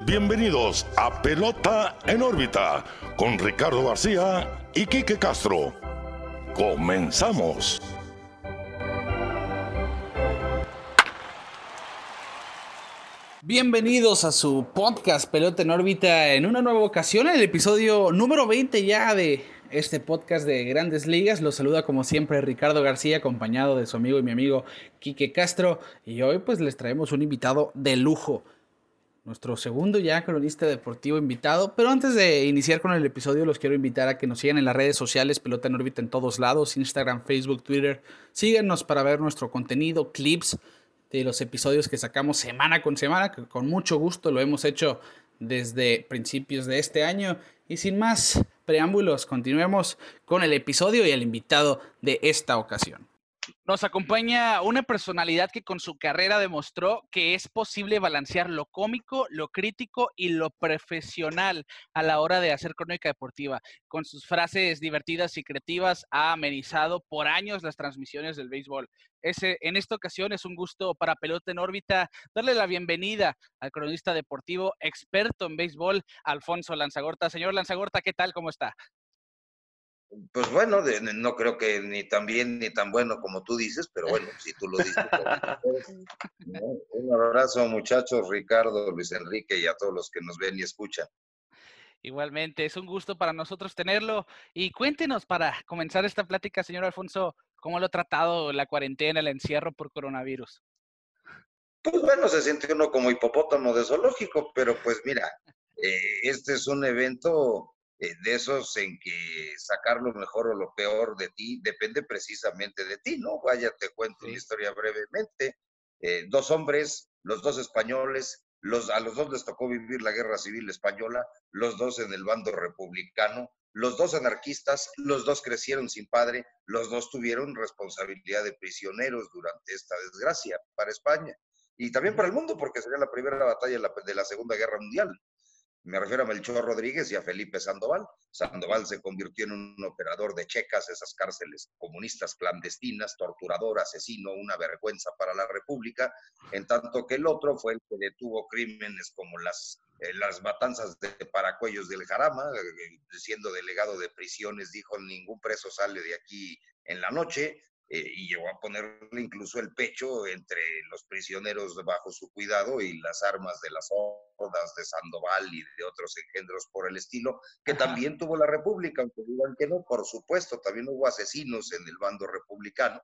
bienvenidos a Pelota en órbita con Ricardo García y Quique Castro. Comenzamos. Bienvenidos a su podcast Pelota en órbita en una nueva ocasión, en el episodio número 20 ya de este podcast de Grandes Ligas. Los saluda como siempre Ricardo García, acompañado de su amigo y mi amigo Quique Castro, y hoy pues les traemos un invitado de lujo, nuestro segundo ya cronista deportivo invitado. Pero antes de iniciar con el episodio, los quiero invitar a que nos sigan en las redes sociales, Pelota en órbita en todos lados, Instagram, Facebook, Twitter. Síganos para ver nuestro contenido, clips de los episodios que sacamos semana con semana, que con mucho gusto lo hemos hecho desde principios de este año. Y sin más preámbulos, continuemos con el episodio y el invitado de esta ocasión. Nos acompaña una personalidad que con su carrera demostró que es posible balancear lo cómico, lo crítico y lo profesional a la hora de hacer crónica deportiva. Con sus frases divertidas y creativas ha amenizado por años las transmisiones del béisbol. En esta ocasión es un gusto para Pelota en órbita darle la bienvenida al cronista deportivo experto en béisbol, Alfonso Lanzagorta. Señor Lanzagorta, ¿qué tal? ¿Cómo está? Pues bueno, no creo que ni tan bien ni tan bueno como tú dices, pero bueno, si tú lo dices. ¿No? Un abrazo, muchachos, Ricardo, Luis Enrique y a todos los que nos ven y escuchan. Igualmente, es un gusto para nosotros tenerlo. Y cuéntenos, para comenzar esta plática, señor Alfonso, ¿cómo lo ha tratado la cuarentena, el encierro por coronavirus? Pues bueno, se siente uno como hipopótamo de zoológico, pero pues mira, este es un evento de esos en que sacar lo mejor o lo peor de ti depende precisamente de ti, ¿no? Vaya, te cuento una historia brevemente. Dos hombres, los dos españoles, a los dos les tocó vivir la Guerra Civil Española, los dos en el bando republicano, los dos anarquistas, los dos crecieron sin padre, los dos tuvieron responsabilidad de prisioneros durante esta desgracia para España y también para el mundo, porque sería la primera batalla de la Segunda Guerra Mundial. Me refiero a Melchor Rodríguez y a Felipe Sandoval. Sandoval se convirtió en un operador de checas, esas cárceles comunistas clandestinas, torturador, asesino, una vergüenza para la República, en tanto que el otro fue el que detuvo crímenes como las matanzas de Paracuellos del Jarama, siendo delegado de prisiones, dijo, ningún preso sale de aquí en la noche, y llegó a ponerle incluso el pecho entre los prisioneros bajo su cuidado y las armas de las hordas de Sandoval y de otros engendros por el estilo, que también tuvo la República, aunque digan que no, por supuesto, también hubo asesinos en el bando republicano,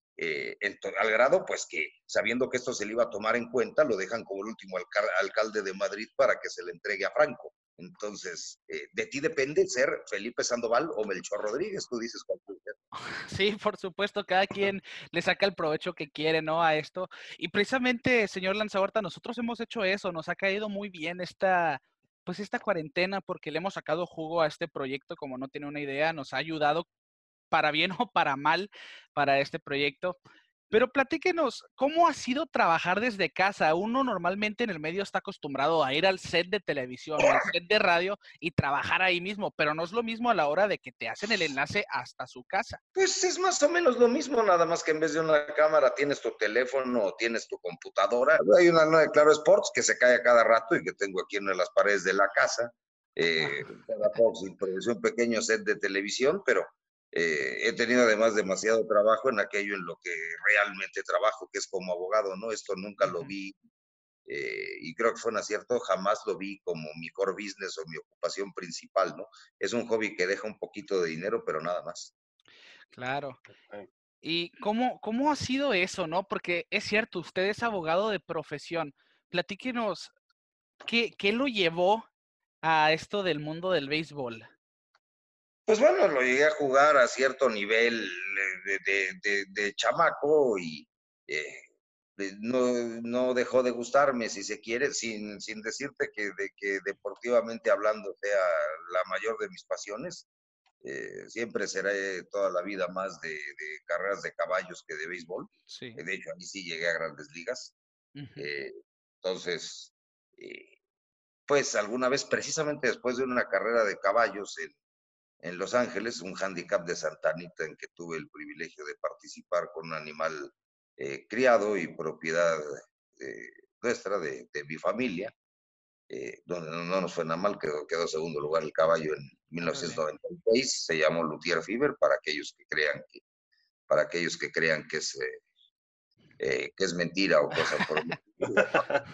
al grado pues que sabiendo que esto se le iba a tomar en cuenta, lo dejan como el último alcalde de Madrid para que se le entregue a Franco. Entonces, de ti depende ser Felipe Sandoval o Melchor Rodríguez, tú dices cualquier. Sí, por supuesto, cada quien le saca el provecho que quiere, ¿no? A esto. Y precisamente, señor Lanzagorta, nosotros hemos hecho eso, nos ha caído muy bien esta cuarentena porque le hemos sacado jugo a este proyecto, como no tiene una idea, nos ha ayudado para bien o para mal para este proyecto. Pero platíquenos, ¿cómo ha sido trabajar desde casa? Uno normalmente en el medio está acostumbrado a ir al set de televisión o al set de radio y trabajar ahí mismo, pero no es lo mismo a la hora de que te hacen el enlace hasta su casa. Pues es más o menos lo mismo, nada más que en vez de una cámara tienes tu teléfono o tienes tu computadora. Hay una de Claro Sports que se cae a cada rato y que tengo aquí en las paredes de la casa. Cada poco introduce un pequeño set de televisión, pero he tenido además demasiado trabajo en aquello en lo que realmente trabajo, que es como abogado, ¿no? Esto nunca lo vi y creo que fue un acierto, jamás lo vi como mi core business o mi ocupación principal, ¿no? Es un hobby que deja un poquito de dinero, pero nada más. Claro. ¿Y cómo ha sido eso, no? Porque es cierto, usted es abogado de profesión. Platíquenos, ¿qué lo llevó a esto del mundo del béisbol? Pues bueno, lo llegué a jugar a cierto nivel de chamaco y no dejó de gustarme, si se quiere, sin decirte que deportivamente hablando sea la mayor de mis pasiones. Siempre seré toda la vida más de carreras de caballos que de béisbol. Sí. De hecho, ahí sí llegué a grandes ligas. Ujú. Eh, entonces, eh, pues alguna vez, precisamente después de una carrera de caballos en Los Ángeles, un handicap de Santa Anita en que tuve el privilegio de participar con un animal criado y propiedad nuestra, de mi familia. donde no nos fue nada mal, quedó segundo lugar el caballo en Órale. 1996, se llamó Luthier Fever, para aquellos que crean que es mentira o cosas por el estilo.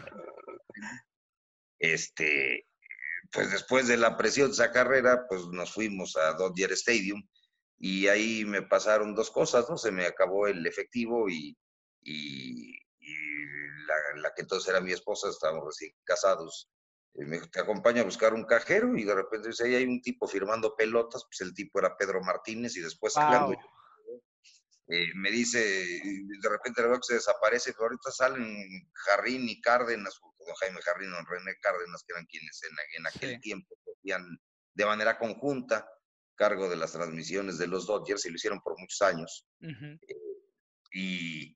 Este, pues después de la presión de esa carrera, pues nos fuimos a Dodger Stadium y ahí me pasaron dos cosas, ¿no? Se me acabó el efectivo y la que entonces era mi esposa, estábamos recién casados. Me dijo, te acompaño a buscar un cajero y de repente dice, ahí hay un tipo firmando pelotas, pues el tipo era Pedro Martínez y después hablando, Wow. me dice, de repente le veo que se desaparece, pero ahorita salen Jarrín y Cárdenas, don Jaime Jarrín o René Cárdenas, que eran quienes en aquel Sí. tiempo hacían de manera conjunta cargo de las transmisiones de los Dodgers y lo hicieron por muchos años. Ujú. Y,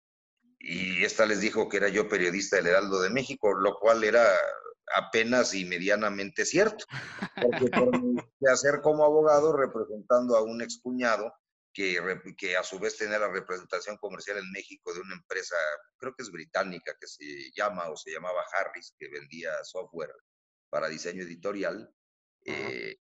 y esta les dijo que era yo periodista del Heraldo de México, lo cual era apenas y medianamente cierto, porque por mi hacer como abogado representando a un excuñado que a su vez tenía la representación comercial en México de una empresa, creo que es británica, que se llama o se llamaba Harris, que vendía software para diseño editorial, Ujú. eh,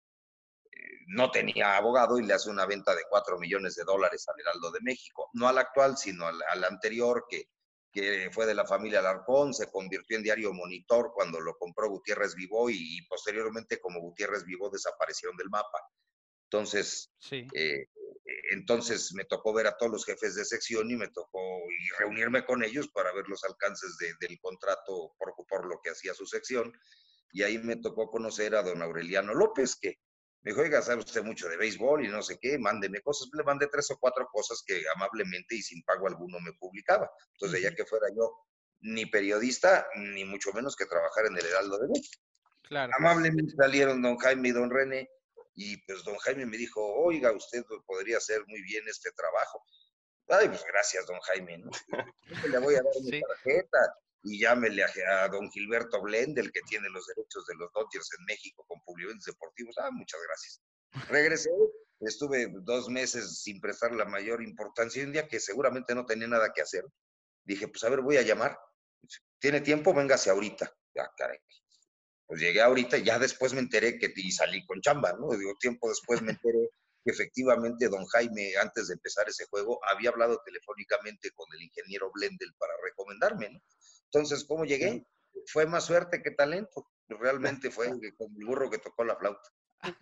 no tenía abogado y le hace una venta de $4 millones al Heraldo de México, no al actual, sino al anterior que fue de la familia Alarcón, se convirtió en diario Monitor cuando lo compró Gutiérrez Vivó y posteriormente como Gutiérrez Vivó desaparecieron del mapa. Entonces, Sí. entonces me tocó ver a todos los jefes de sección y me tocó y reunirme con ellos para ver los alcances del contrato por lo que hacía su sección. Y ahí me tocó conocer a don Aureliano López, que me dijo, oiga, sabe usted mucho de béisbol y no sé qué, mándeme cosas. Le mandé 3 o 4 cosas que amablemente y sin pago alguno me publicaba. Entonces, ya Ujú. que fuera yo ni periodista, ni mucho menos que trabajar en el Heraldo de México. Claro. Amablemente salieron don Jaime y don René, y pues don Jaime me dijo, oiga, usted podría hacer muy bien este trabajo. Ay, pues gracias, don Jaime, ¿no? Le voy a dar mi Sí. tarjeta y llámele a don Gilberto Blendel, que tiene los derechos de los Dodgers en México con Publiventas Deportivos. Ah, muchas gracias. Regresé, estuve 2 meses sin prestar la mayor importancia y un día que seguramente no tenía nada que hacer, dije, pues a ver, voy a llamar. ¿Tiene tiempo? Véngase ahorita. Ya, caray. Pues llegué ahorita y ya después me enteré y salí con chamba, ¿no? Digo, tiempo después me enteré que efectivamente don Jaime, antes de empezar ese juego, había hablado telefónicamente con el ingeniero Blendel para recomendarme, ¿no? Entonces, ¿cómo llegué? Fue más suerte que talento. Realmente fue como el burro que tocó la flauta.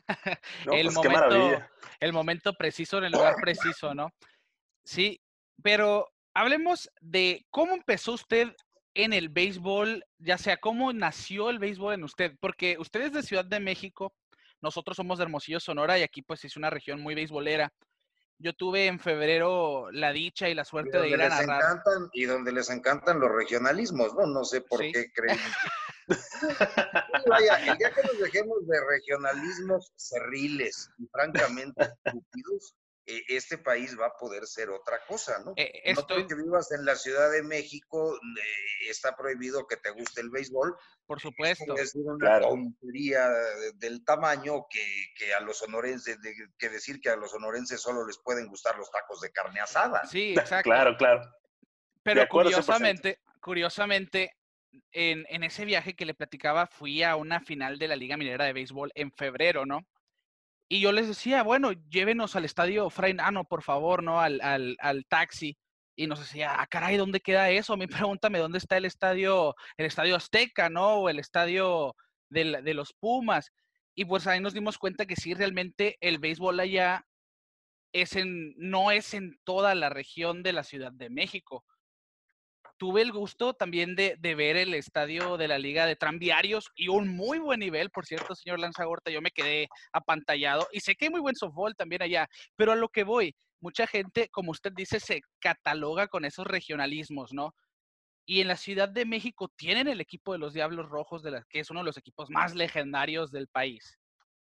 No, El pues qué momento, maravilla. el momento preciso en el lugar preciso, ¿no? Sí, pero hablemos de cómo empezó usted en el béisbol, ya sea cómo nació el béisbol en usted, porque usted es de Ciudad de México, nosotros somos de Hermosillo, Sonora, y aquí pues es una región muy beisbolera. Yo tuve en febrero la dicha y la suerte de ir a narrar. Y donde les encantan los regionalismos, ¿no? No sé por Sí, qué creen que sí, vaya, el día que nos dejemos de regionalismos cerriles y francamente estúpidos, este país va a poder ser otra cosa, ¿no? No estoy, porque vivas en la Ciudad de México, está prohibido que te guste el béisbol. por Esto supuesto. es una Claro, tontería del tamaño que a los sonorenses, que decir que a los sonorenses solo les pueden gustar los tacos de carne asada. Sí, exacto. claro, claro. De Pero acuerdo, 100%. curiosamente, en ese viaje que le platicaba, fui a una final de la Liga Minera de Béisbol en febrero, ¿no? Y yo les decía, bueno, llévenos al estadio Fray Nano, por favor, ¿no? Al taxi. Y nos decía, ah, caray, ¿dónde queda eso? A mí pregúntame, ¿dónde está el estadio Azteca, ¿no? O el estadio de los Pumas. Y pues ahí nos dimos cuenta que sí, realmente el béisbol allá no es en toda la región de la Ciudad de México. Tuve el gusto también de ver el estadio de la Liga de Tranviarios y un muy buen nivel, por cierto, señor Lanzagorta, yo me quedé apantallado y sé que hay muy buen softball también allá, pero a lo que voy, mucha gente, como usted dice, se cataloga con esos regionalismos, ¿no? Y en la Ciudad de México tienen el equipo de los Diablos Rojos, que es uno de los equipos más legendarios del país.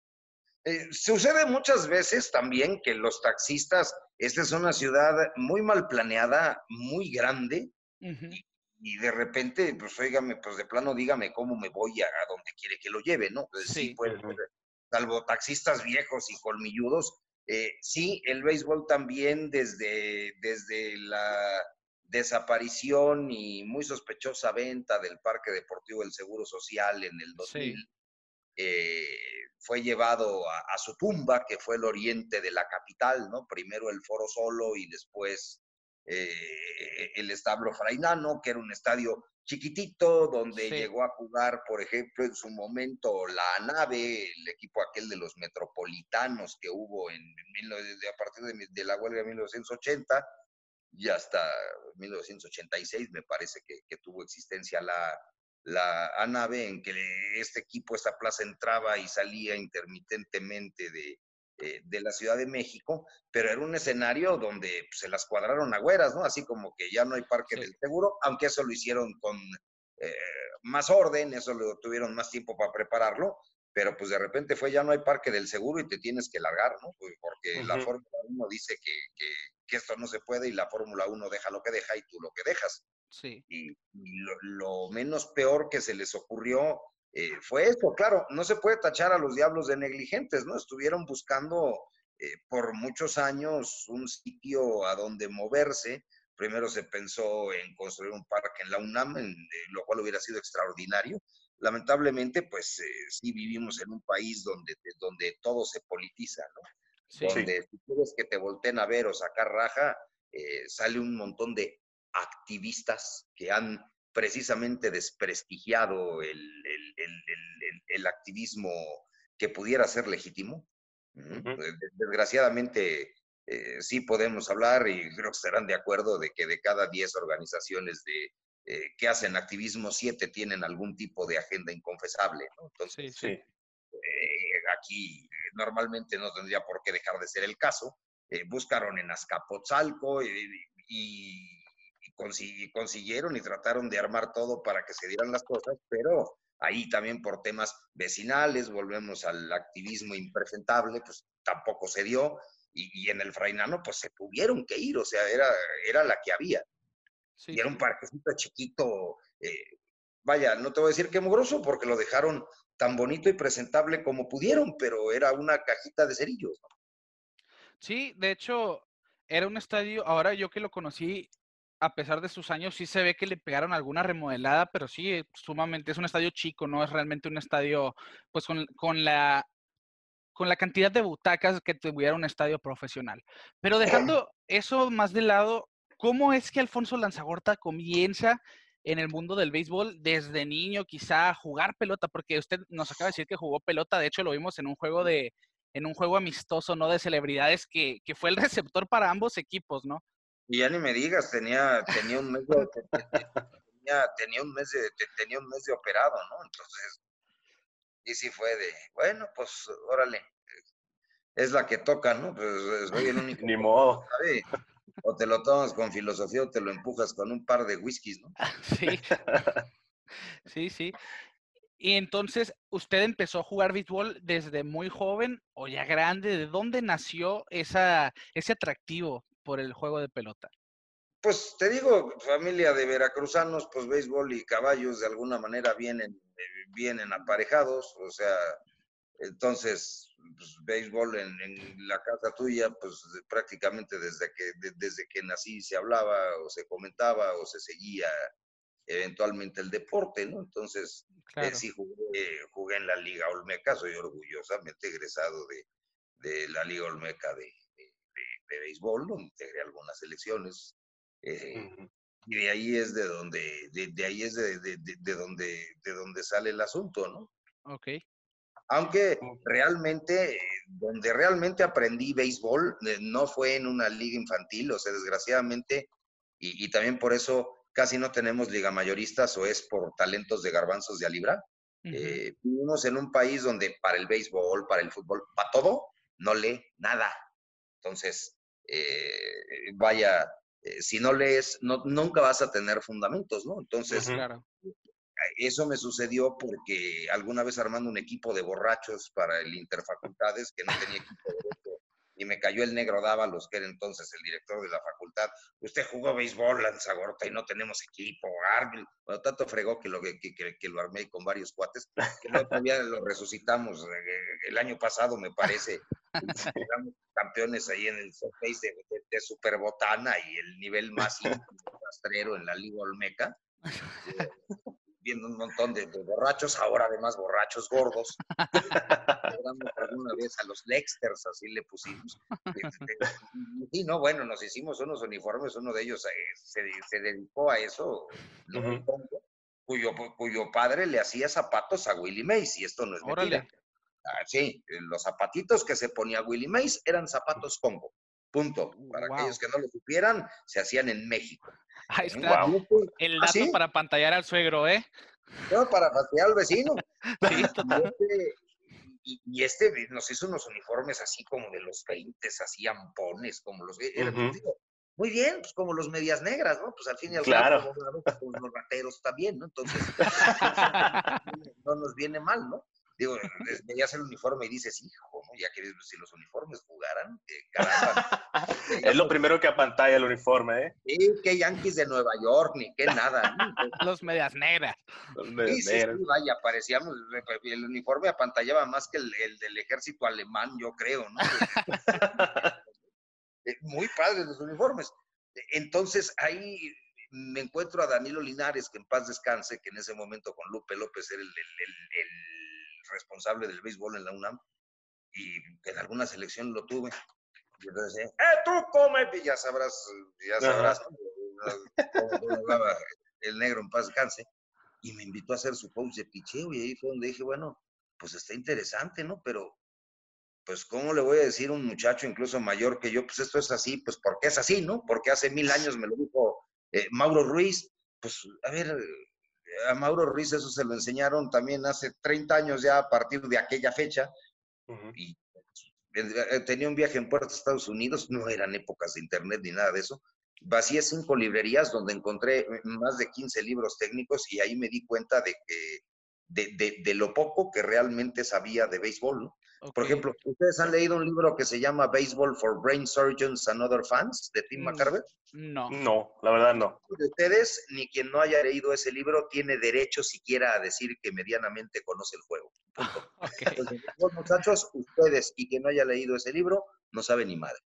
Sucede muchas veces también que los taxistas, esta es una ciudad muy mal planeada, muy grande, Uh -huh. y de repente, pues óigame, pues de plano dígame cómo me voy a donde quiere que lo lleve, ¿no? Pues sí, Sí. puede ser, salvo taxistas viejos y colmilludos. Sí, el béisbol también desde desaparición y muy sospechosa venta del Parque Deportivo del Seguro Social en el 2000, Sí, fue llevado a su tumba, que fue el oriente de la capital, ¿no? Primero el Foro Solo y después el establo Frainano, que era un estadio chiquitito, donde sí, llegó a jugar, por ejemplo, en su momento la nave, el equipo aquel de los metropolitanos que hubo a partir de la huelga de 1980 y hasta 1986 me parece que tuvo existencia la ANAVE, en que este equipo, esta plaza entraba y salía intermitentemente de la Ciudad de México, pero era un escenario donde se las cuadraron a güeras, ¿no? Así como que ya no hay Parque sí, del Seguro, aunque eso lo hicieron con eh, más orden, eso lo tuvieron más tiempo para prepararlo, pero pues de repente fue ya no hay Parque del Seguro y te tienes que largar, ¿no? Porque la Ujú. Fórmula 1 dice que esto no se puede y la Fórmula 1 deja lo que deja y tú lo que dejas. sí, Y lo menos peor que se les ocurrió fue esto. Claro, no se puede tachar a los diablos de negligentes, ¿no? Estuvieron buscando por muchos años un sitio a donde moverse. Primero se pensó en construir un parque en la UNAM, lo cual hubiera sido extraordinario. Lamentablemente, pues sí vivimos en un país donde todo se politiza, ¿no? sí, Sí. Donde si quieres que te volteen a ver o sacar raja, sale un montón de activistas que han precisamente desprestigiado el activismo que pudiera ser legítimo. Ujú. Desgraciadamente, sí podemos hablar y creo que estarán de acuerdo de que de cada 10 organizaciones que hacen activismo, 7 tienen algún tipo de agenda inconfesable, ¿no? sí, Entonces, sí, Sí. aquí normalmente no tendría por qué dejar de ser el caso. Buscaron en Azcapotzalco y consiguieron y trataron de armar todo para que se dieran las cosas, pero ahí también por temas vecinales, volvemos al activismo impresentable, pues tampoco se dio, y en el Frainano pues se tuvieron que ir, o sea, era la que había, sí, y era un sí. parquecito chiquito, vaya, no te voy a decir que mugroso, porque lo dejaron tan bonito y presentable como pudieron, pero era una cajita de cerillos, ¿no? Sí, de hecho, era un estadio, ahora yo que lo conocí, a pesar de sus años, sí se ve que le pegaron alguna remodelada, pero sí, sumamente, es un estadio chico, no es realmente un estadio, pues con la cantidad de butacas que tuviera un estadio profesional. Pero dejando eso más de lado, ¿cómo es que Alfonso Lanzagorta comienza en el mundo del béisbol desde niño, quizá a jugar pelota? Porque usted nos acaba de decir que jugó pelota, de hecho lo vimos en un juego amistoso, ¿no? De celebridades que fue el receptor para ambos equipos, ¿no? Y ya ni me digas, tenía un mes tenía un mes de operado, ¿no? Entonces, y sí fue de, bueno, pues órale, es la que toca, ¿no? Pues soy el único Ni que no lo modo. sabe. O te lo tomas con filosofía o te lo empujas con un par de whiskies, ¿no? Sí, sí, sí. Y entonces, ¿usted empezó a jugar béisbol desde muy joven o ya grande? ¿De dónde nació ese atractivo por el juego de pelota? Pues te digo, familia de veracruzanos, pues béisbol y caballos de alguna manera vienen aparejados, o sea, entonces, pues, béisbol en la casa tuya, pues prácticamente desde que nací se hablaba o se comentaba o se seguía eventualmente el deporte, ¿no? Entonces, Claro, sí jugué en la Liga Olmeca, soy orgullosamente egresado de la Liga Olmeca de béisbol, donde integré algunas selecciones. eh, Ujú. y de ahí es de ahí es de donde sale el asunto, ¿no? ok. Aunque realmente, donde realmente aprendí béisbol, no fue en una liga infantil, o sea, desgraciadamente, y también por eso casi no tenemos liga mayoristas o es por talentos de garbanzos de a libra. Ujú. Vivimos en un país donde para el béisbol, para el fútbol, para todo, no lee nada. Entonces, vaya, si no lees, nunca vas a tener fundamentos, ¿no? Entonces, Ujú. Claro. eso me sucedió porque alguna vez armando un equipo de borrachos para el Interfacultades, que no tenía equipo derecho, y me cayó el negro Dávalos, que era entonces el director de la facultad. Usted jugó béisbol, Lanzagorta, y no tenemos equipo. Árbitro. Bueno, tanto fregó que lo armé con varios cuates, que el otro día lo resucitamos. El año pasado, me parece, Sí. quedamos campeones ahí en el showcase de Superbotana y el nivel más íntimo. rastrero en la Liga Olmeca, viendo un montón de borrachos, ahora además borrachos gordos. Celebramos alguna vez a los Lexters, así le pusimos. Y no, bueno, nos hicimos unos uniformes, uno de ellos se dedicó a eso, ¿no? Cuyo padre le hacía zapatos a Willie Mays, y esto no es mentira. Sí, los zapatitos que se ponía Willie Mays eran zapatos Congo. Punto. Para aquellos que no lo supieran, se hacían en México. Ahí está. El dato para pantallar al suegro, ¿eh? No, para pantallar al vecino. Sí, y este nos hizo unos uniformes así como de los 20, así ampones, como los... Muy bien, pues como los medias negras, ¿no? Pues al fin y al cabo, como los rateros también, ¿no? Entonces, no nos viene mal, ¿no? Digo, veías el uniforme y dices, hijo, ¿no? Ya que si los uniformes jugaran, caramba. Es lo primero que apantalla el uniforme, ¿eh? Sí, que Yankees de Nueva York, ni qué nada. Los medias negras. Sí, vaya, parecíamos, el uniforme apantallaba más que el del ejército alemán, yo creo, ¿no? Muy padres los uniformes. Entonces, ahí me encuentro a Danilo Linares, que en paz descanse, que en ese momento con Lupe López era el responsable del béisbol en la UNAM, y en alguna selección lo tuve. Y entonces, tú come, y ya sabrás cómo hablaba el negro en paz descanse, y me invitó a hacer su coach de picheo, y ahí fue donde dije, bueno, pues está interesante, ¿no? Pero, pues, ¿cómo le voy a decir a un muchacho incluso mayor que yo, pues esto es así? Pues porque es así, ¿no? Porque hace 1000 años me lo dijo Mauro Ruiz. Pues, a ver, a Mauro Ruiz eso se lo enseñaron también hace 30 años ya a partir de aquella fecha. Y tenía un viaje en Puerto Estados Unidos, no eran épocas de internet ni nada de eso. Vacié 5 librerías donde encontré más de 15 libros técnicos, y ahí me di cuenta de que de lo poco que realmente sabía de béisbol, ¿no? Por ejemplo, ¿ustedes han leído un libro que se llama Baseball for Brain Surgeons and Other Fans, de Tim McCarver? No, la verdad no. De ustedes, ni quien no haya leído ese libro tiene derecho siquiera a decir que medianamente conoce el juego. Entonces, los muchachos, ustedes y quien no haya leído ese libro, no sabe ni madre.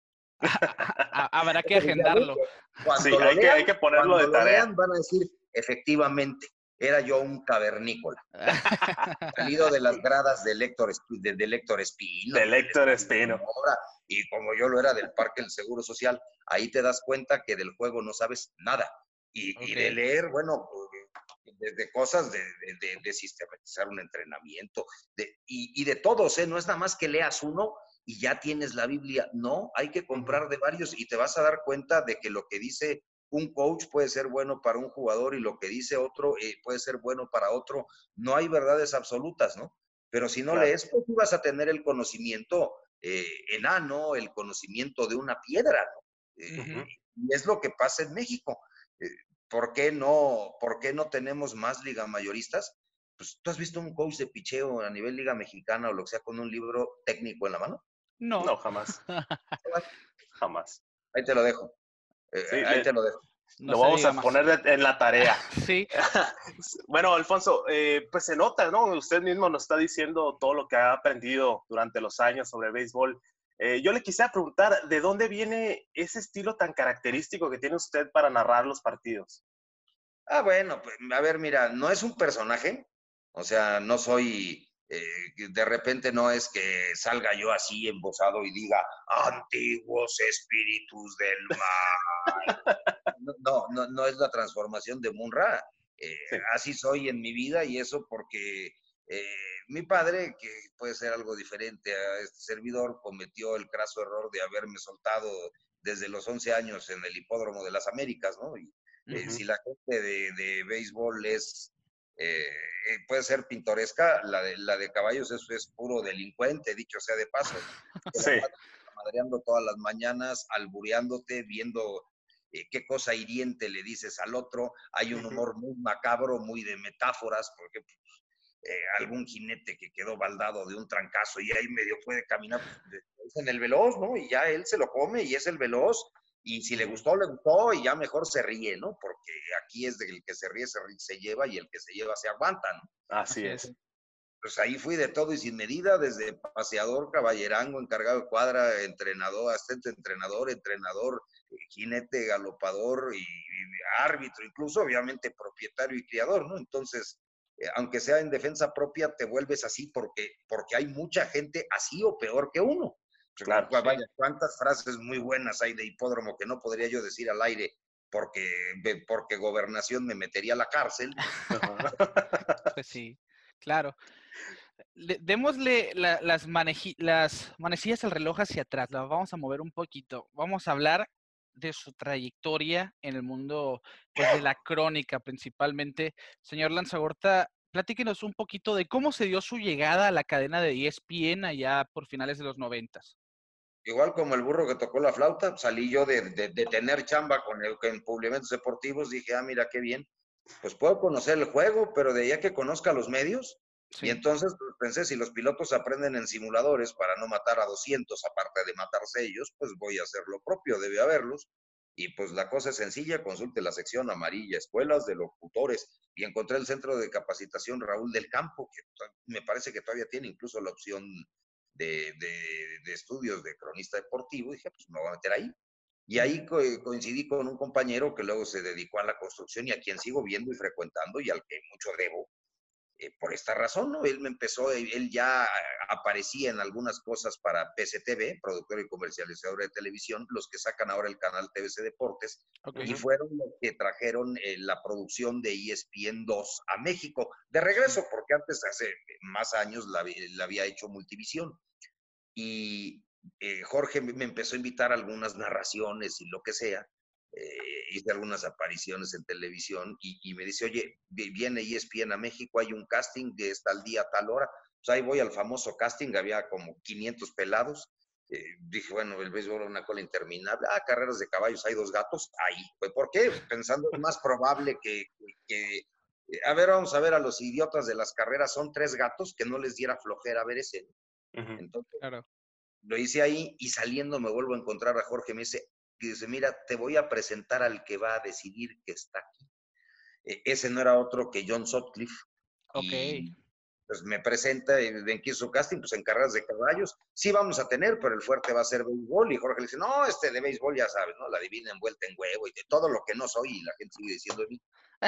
Habrá que agendarlo. Sí, hay que ponerlo de tarea. Lean, van a decir, efectivamente, era yo un cavernícola. Salido de las gradas de Héctor Espino. De Héctor Espino. Y como yo lo era del Parque del Seguro Social, ahí te das cuenta que del juego no sabes nada. Y de leer, bueno, de cosas de sistematizar un entrenamiento, y de todos, ¿eh? No es nada más que leas uno y ya tienes la Biblia. No, hay que comprar de varios, y te vas a dar cuenta de que lo que dice un coach puede ser bueno para un jugador y lo que dice otro puede ser bueno para otro. No hay verdades absolutas, ¿no? Pero si no lees, pues tú vas a tener el conocimiento enano, el conocimiento de una piedra, ¿no? Y es lo que pasa en México. ¿Por qué no tenemos más liga mayoristas? Pues, ¿tú has visto un coach de picheo a nivel liga mexicana o lo que sea con un libro técnico en la mano? No, jamás. Jamás. Ahí te lo dejo. Ahí te lo dejo. Lo vamos a poner en la tarea. Sí. Bueno, Alfonso, pues se nota, ¿no? Usted mismo nos está diciendo todo lo que ha aprendido durante los años sobre béisbol. Yo le quisiera preguntar, ¿de dónde viene ese estilo tan característico que tiene usted para narrar los partidos? Bueno, pues, a ver, mira, no es un personaje, o sea, no soy, de repente no es que salga yo así embosado y diga, antiguos espíritus del mal. No es la transformación de Munra. Así soy en mi vida, y eso porque mi padre, que puede ser algo diferente a este servidor, cometió el craso error de haberme soltado desde los 11 años en el Hipódromo de las Américas, ¿no? Y si la gente de béisbol puede ser pintoresca, la de caballos es puro delincuente, dicho sea de paso. Sí. Madreando todas las mañanas, albureándote, viendo qué cosa hiriente le dices al otro. Hay un humor muy macabro, muy de metáforas, porque algún jinete que quedó baldado de un trancazo y ahí medio puede caminar en el veloz, ¿no? Y ya él se lo come y es el veloz. Y si le gustó, le gustó, y ya mejor se ríe, ¿no? Porque aquí es del que se ríe, se lleva, y el que se lleva se aguanta, ¿no? Así es. pues ahí fui de todo y sin medida, desde paseador, caballerango, encargado de cuadra, entrenador, asistente entrenador, jinete, galopador y árbitro, incluso obviamente propietario y criador, ¿no? Entonces, aunque sea en defensa propia, te vuelves así porque hay mucha gente así o peor que uno. Claro, Vaya, sí. cuántas frases muy buenas hay de hipódromo que no podría yo decir al aire porque gobernación me metería a la cárcel. Pues sí, claro. Démosle las manecillas al reloj hacia atrás, las vamos a mover un poquito. Vamos a hablar de su trayectoria en el mundo, pues, de la crónica principalmente. Señor Lanzagorta, platíquenos un poquito de cómo se dio su llegada a la cadena de ESPN allá por finales de los 90s. Igual como el burro que tocó la flauta, salí yo de tener chamba con Publimentos Deportivos, dije, mira qué bien, pues puedo conocer el juego, pero de ahí a que conozca los medios. Y Sí, entonces pues, pensé, si los pilotos aprenden en simuladores para no matar a 200, aparte de matarse ellos, pues voy a hacer lo propio, debe haberlos. Y pues la cosa es sencilla, consulte la sección amarilla, escuelas de locutores, y encontré el centro de capacitación Raúl del Campo, que me parece que todavía tiene incluso la opción de estudios de cronista deportivo, y dije, pues me voy a meter ahí. Y ahí coincidí con un compañero que luego se dedicó a la construcción y a quien sigo viendo y frecuentando y al que mucho debo. Por esta razón, ¿no? Él me empezó, él ya aparecía en algunas cosas para PCTV, productor y comercializador de televisión, los que sacan ahora el canal TVC Deportes, ok. y fueron los que trajeron la producción de ESPN 2 a México, de Sí. regreso, porque antes, hace más años, la había hecho Multivisión. Y Jorge me empezó a invitar a algunas narraciones y lo que sea. Hice algunas apariciones en televisión y me dice, oye, viene ESPN a México, hay un casting de tal día, tal hora. Pues ahí voy al famoso casting, había como 500 pelados. Dije, bueno, el béisbol es una cola interminable. Carreras de caballos, hay 2 gatos. Ahí. Pues, ¿por qué? Pensando es más probable a ver, vamos a ver a los idiotas de las carreras, son 3 gatos, que no les diera flojera ver ese. Entonces, Claro. lo hice ahí y saliendo me vuelvo a encontrar a Jorge. Me dice, mira, te voy a presentar al que va a decidir que está aquí. Ese no era otro que John Sutcliffe. Ok. Y pues me presenta, ¿en qué hizo casting? Pues en carreras de caballos. Sí vamos a tener, pero el fuerte va a ser béisbol. Y Jorge le dice, no, de béisbol ya sabes, ¿no? La divina envuelta en huevo y de todo lo que no soy. Y la gente sigue diciendo de mí.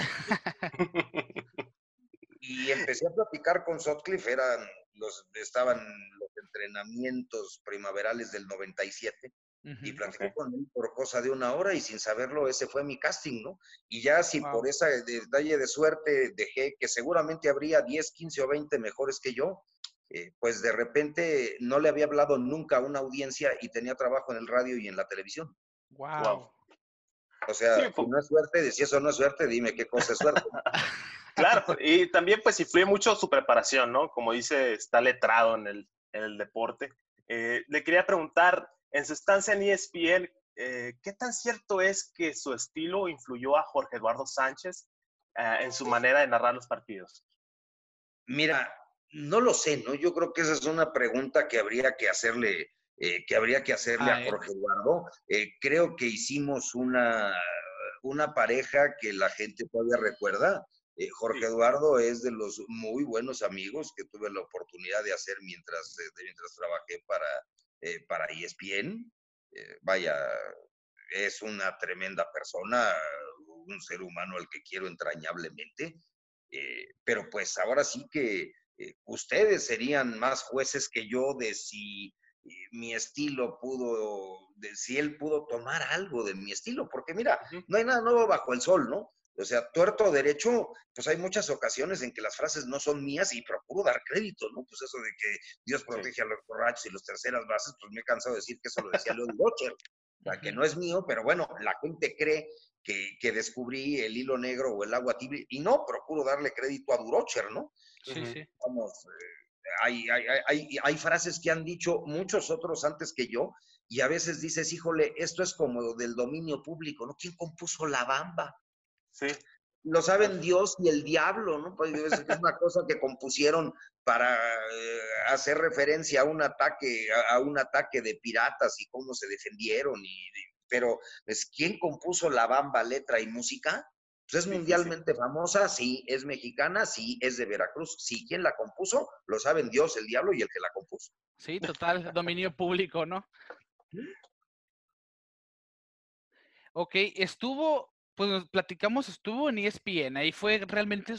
Y empecé a platicar con Sutcliffe, estaban los entrenamientos primaverales del 97, y Ujú. platiqué Ok. con él por cosa de 1 hora, y sin saberlo, ese fue mi casting, ¿no? Y ya si Wow. por ese detalle de suerte dejé que seguramente habría 10, 15 o 20 mejores que yo, pues de repente no le había hablado nunca a una audiencia y tenía trabajo en el radio y en la televisión. Wow. Wow. O Sí, sea, si no es suerte, si eso no es suerte, dime qué cosa es suerte. claro, y también pues influye mucho su preparación, ¿no? Como dice, está letrado en el deporte. Le quería preguntar, en su estancia en ESPN, ¿qué tan cierto es que su estilo influyó a Jorge Eduardo Sánchez en su manera de narrar los partidos? Mira, no lo sé, ¿no? Yo creo que esa es una pregunta que habría que hacerle a A él. Jorge Eduardo. Creo que hicimos una pareja que la gente todavía recuerda. Jorge Sí. Eduardo es de los muy buenos amigos que tuve la oportunidad de hacer mientras trabajé para ESPN. Vaya, es una tremenda persona, un ser humano al que quiero entrañablemente. Pero pues ahora sí que ustedes serían más jueces que yo de si mi estilo de si él pudo tomar algo de mi estilo, porque mira, Ujú. no hay nada nuevo bajo el sol, ¿no? O sea, tuerto o derecho, pues hay muchas ocasiones en que las frases no son mías y procuro dar crédito, ¿no? Pues eso de que Dios Sí. protege a los borrachos y los terceras bases, pues me he cansado de decir que eso lo decía Leo Durocher, o sea, que Ujú. no es mío, pero bueno, la gente cree que descubrí el hilo negro o el agua tibia, y no, procuro darle crédito a Durocher, ¿no? Sí, Ujú. sí. Vamos, hay frases que han dicho muchos otros antes que yo, y a veces dices, híjole, esto es como del dominio público, ¿no? ¿Quién compuso La Bamba? Sí. Lo saben Dios y el diablo, ¿no? Pues es una cosa que compusieron para hacer referencia a un ataque de piratas y cómo se defendieron, pero pues, ¿quién compuso La Bamba, letra y música? Pues es Difícil. mundialmente famosa, sí, es mexicana, sí, es de Veracruz, sí, ¿quién la compuso? Lo saben Dios, el diablo y el que la compuso. Sí, total, dominio público, ¿no? Ok, pues nos platicamos, estuvo en ESPN, ahí fue realmente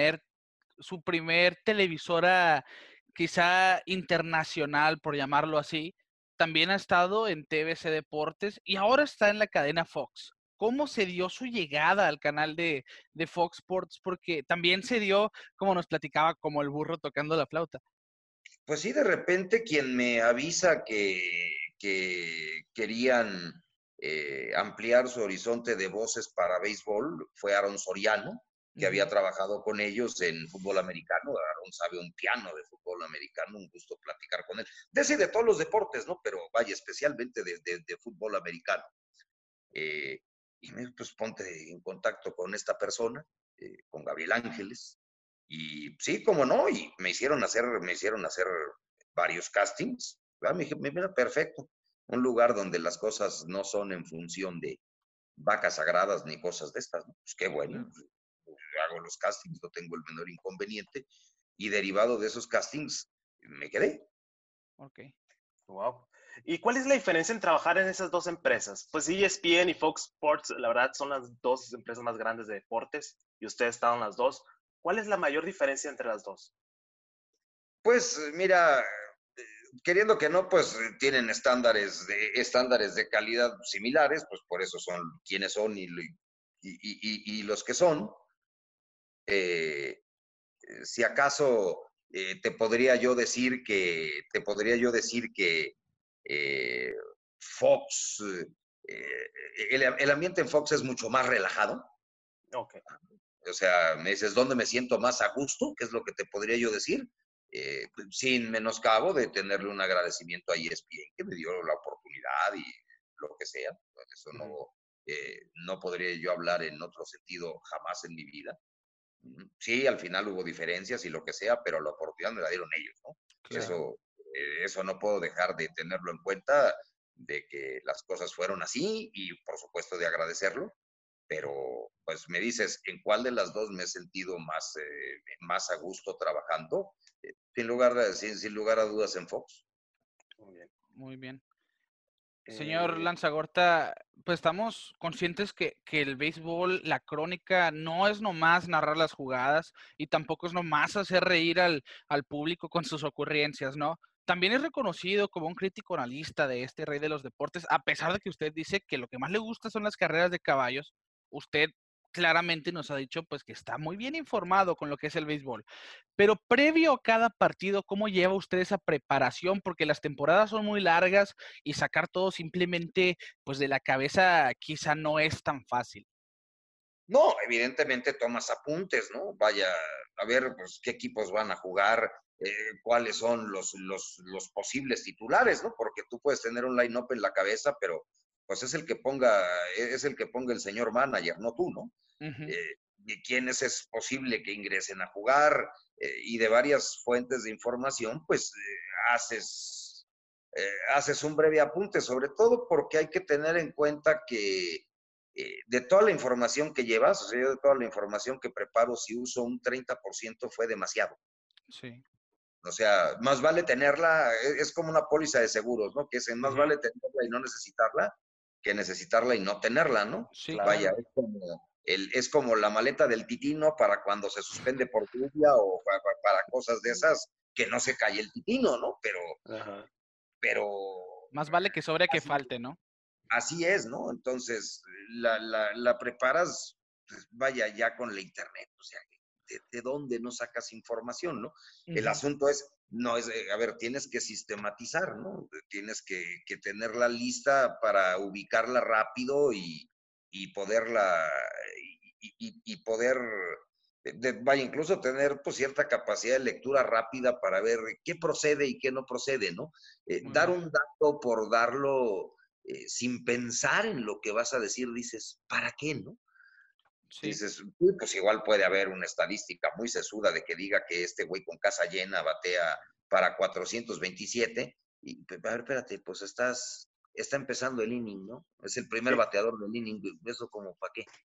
su primer televisora quizá internacional, por llamarlo así. También ha estado en TVC Deportes y ahora está en la cadena Fox. ¿Cómo se dio su llegada al canal de Fox Sports? Porque también se dio, como nos platicaba, como el burro tocando la flauta. Pues sí, de repente quien me avisa que querían ampliar su horizonte de voces para béisbol fue Aaron Soriano, que había trabajado con ellos en fútbol americano. Aaron sabe un piano de fútbol americano, un gusto platicar con él. De ese y de todos los deportes, ¿no? Pero vaya, especialmente de fútbol americano. Eh, y me pues ponte en contacto con esta persona, con Gabriel Ángeles, y sí, como no, y me hicieron hacer varios castings, ¿verdad? Me dije, mira, perfecto, un lugar donde las cosas no son en función de vacas sagradas ni cosas de estas, ¿no? Pues qué bueno, pues, hago los castings, no tengo el menor inconveniente, y derivado de esos castings, me quedé. Ok. Wow. ¿Y cuál es la diferencia en trabajar en esas dos empresas? Pues ESPN y Fox Sports, la verdad, son las dos empresas más grandes de deportes y ustedes estaban en las dos. ¿Cuál es la mayor diferencia entre las dos? Pues mira, queriendo que no, pues tienen estándares de calidad similares, pues por eso son quienes son y los que son. Eh, si acaso te podría yo decir que eh, Fox, el ambiente en Fox es mucho más relajado. Ok. O sea, me dices, ¿dónde me siento más a gusto? ¿Qué es lo que te podría yo decir? Sin menoscabo de tenerle un agradecimiento a ESPN que me dio la oportunidad y lo que sea. Eso no podría yo hablar en otro sentido jamás en mi vida. Sí, al final hubo diferencias y lo que sea, pero la oportunidad me la dieron ellos, ¿no? Claro. Eso no puedo dejar de tenerlo en cuenta, de que las cosas fueron así y por supuesto de agradecerlo, pero pues me dices, ¿en cuál de las dos me he sentido más a gusto trabajando? Sin lugar a dudas en Fox. Muy bien. Muy bien. Señor Eh, Lanzagorta, pues estamos conscientes que el béisbol, la crónica, no es nomás narrar las jugadas y tampoco es nomás hacer reír al público con sus ocurrencias, ¿no? También es reconocido como un crítico analista de este rey de los deportes, a pesar de que usted dice que lo que más le gusta son las carreras de caballos. Usted claramente nos ha dicho pues que está muy bien informado con lo que es el béisbol. Pero previo a cada partido, ¿cómo lleva usted esa preparación? Porque las temporadas son muy largas y sacar todo simplemente pues de la cabeza quizá no es tan fácil. No, evidentemente tomas apuntes, ¿no? Vaya, a ver, pues, qué equipos van a jugar, cuáles son los posibles titulares, ¿no? Porque tú puedes tener un line-up en la cabeza, pero pues es el que ponga el señor manager, no tú, ¿no? Ujú. Y quiénes es posible que ingresen a jugar, y de varias fuentes de información, pues haces un breve apunte, sobre todo porque hay que tener en cuenta que de toda la información que llevas, o sea, yo de toda la información que preparo, si uso un 30% fue demasiado. Sí. O sea, más vale tenerla, es como una póliza de seguros, ¿no? Que es más Ujú. vale tenerla y no necesitarla que necesitarla y no tenerla, ¿no? Sí, Claro. Vaya, claro. es como la maleta del titino para cuando se suspende por lluvia o para cosas de esas, que no se cae el titino, ¿no? Ajá. Pero Más vale que sobre que así, falte, ¿no? así es, ¿no? Entonces, la preparas, pues, vaya, ya con la internet, o sea, ¿de dónde no sacas información, no? El Ujú. asunto no es, a ver, tienes que sistematizar, ¿no? Tienes que tenerla lista para ubicarla rápido y poderla, y poder, vaya, incluso tener pues cierta capacidad de lectura rápida para ver qué procede y qué no procede, ¿no? Muy Dar bien. un dato por darlo, sin pensar en lo que vas a decir, dices, ¿para qué, no? Sí. Dices, "Uy, pues igual puede haber una estadística muy sesuda de que diga que este güey con casa llena batea para 427, y pues, a ver, espérate, pues está empezando el inning, ¿no? Es el primer Sí. bateador del inning, eso como para qué.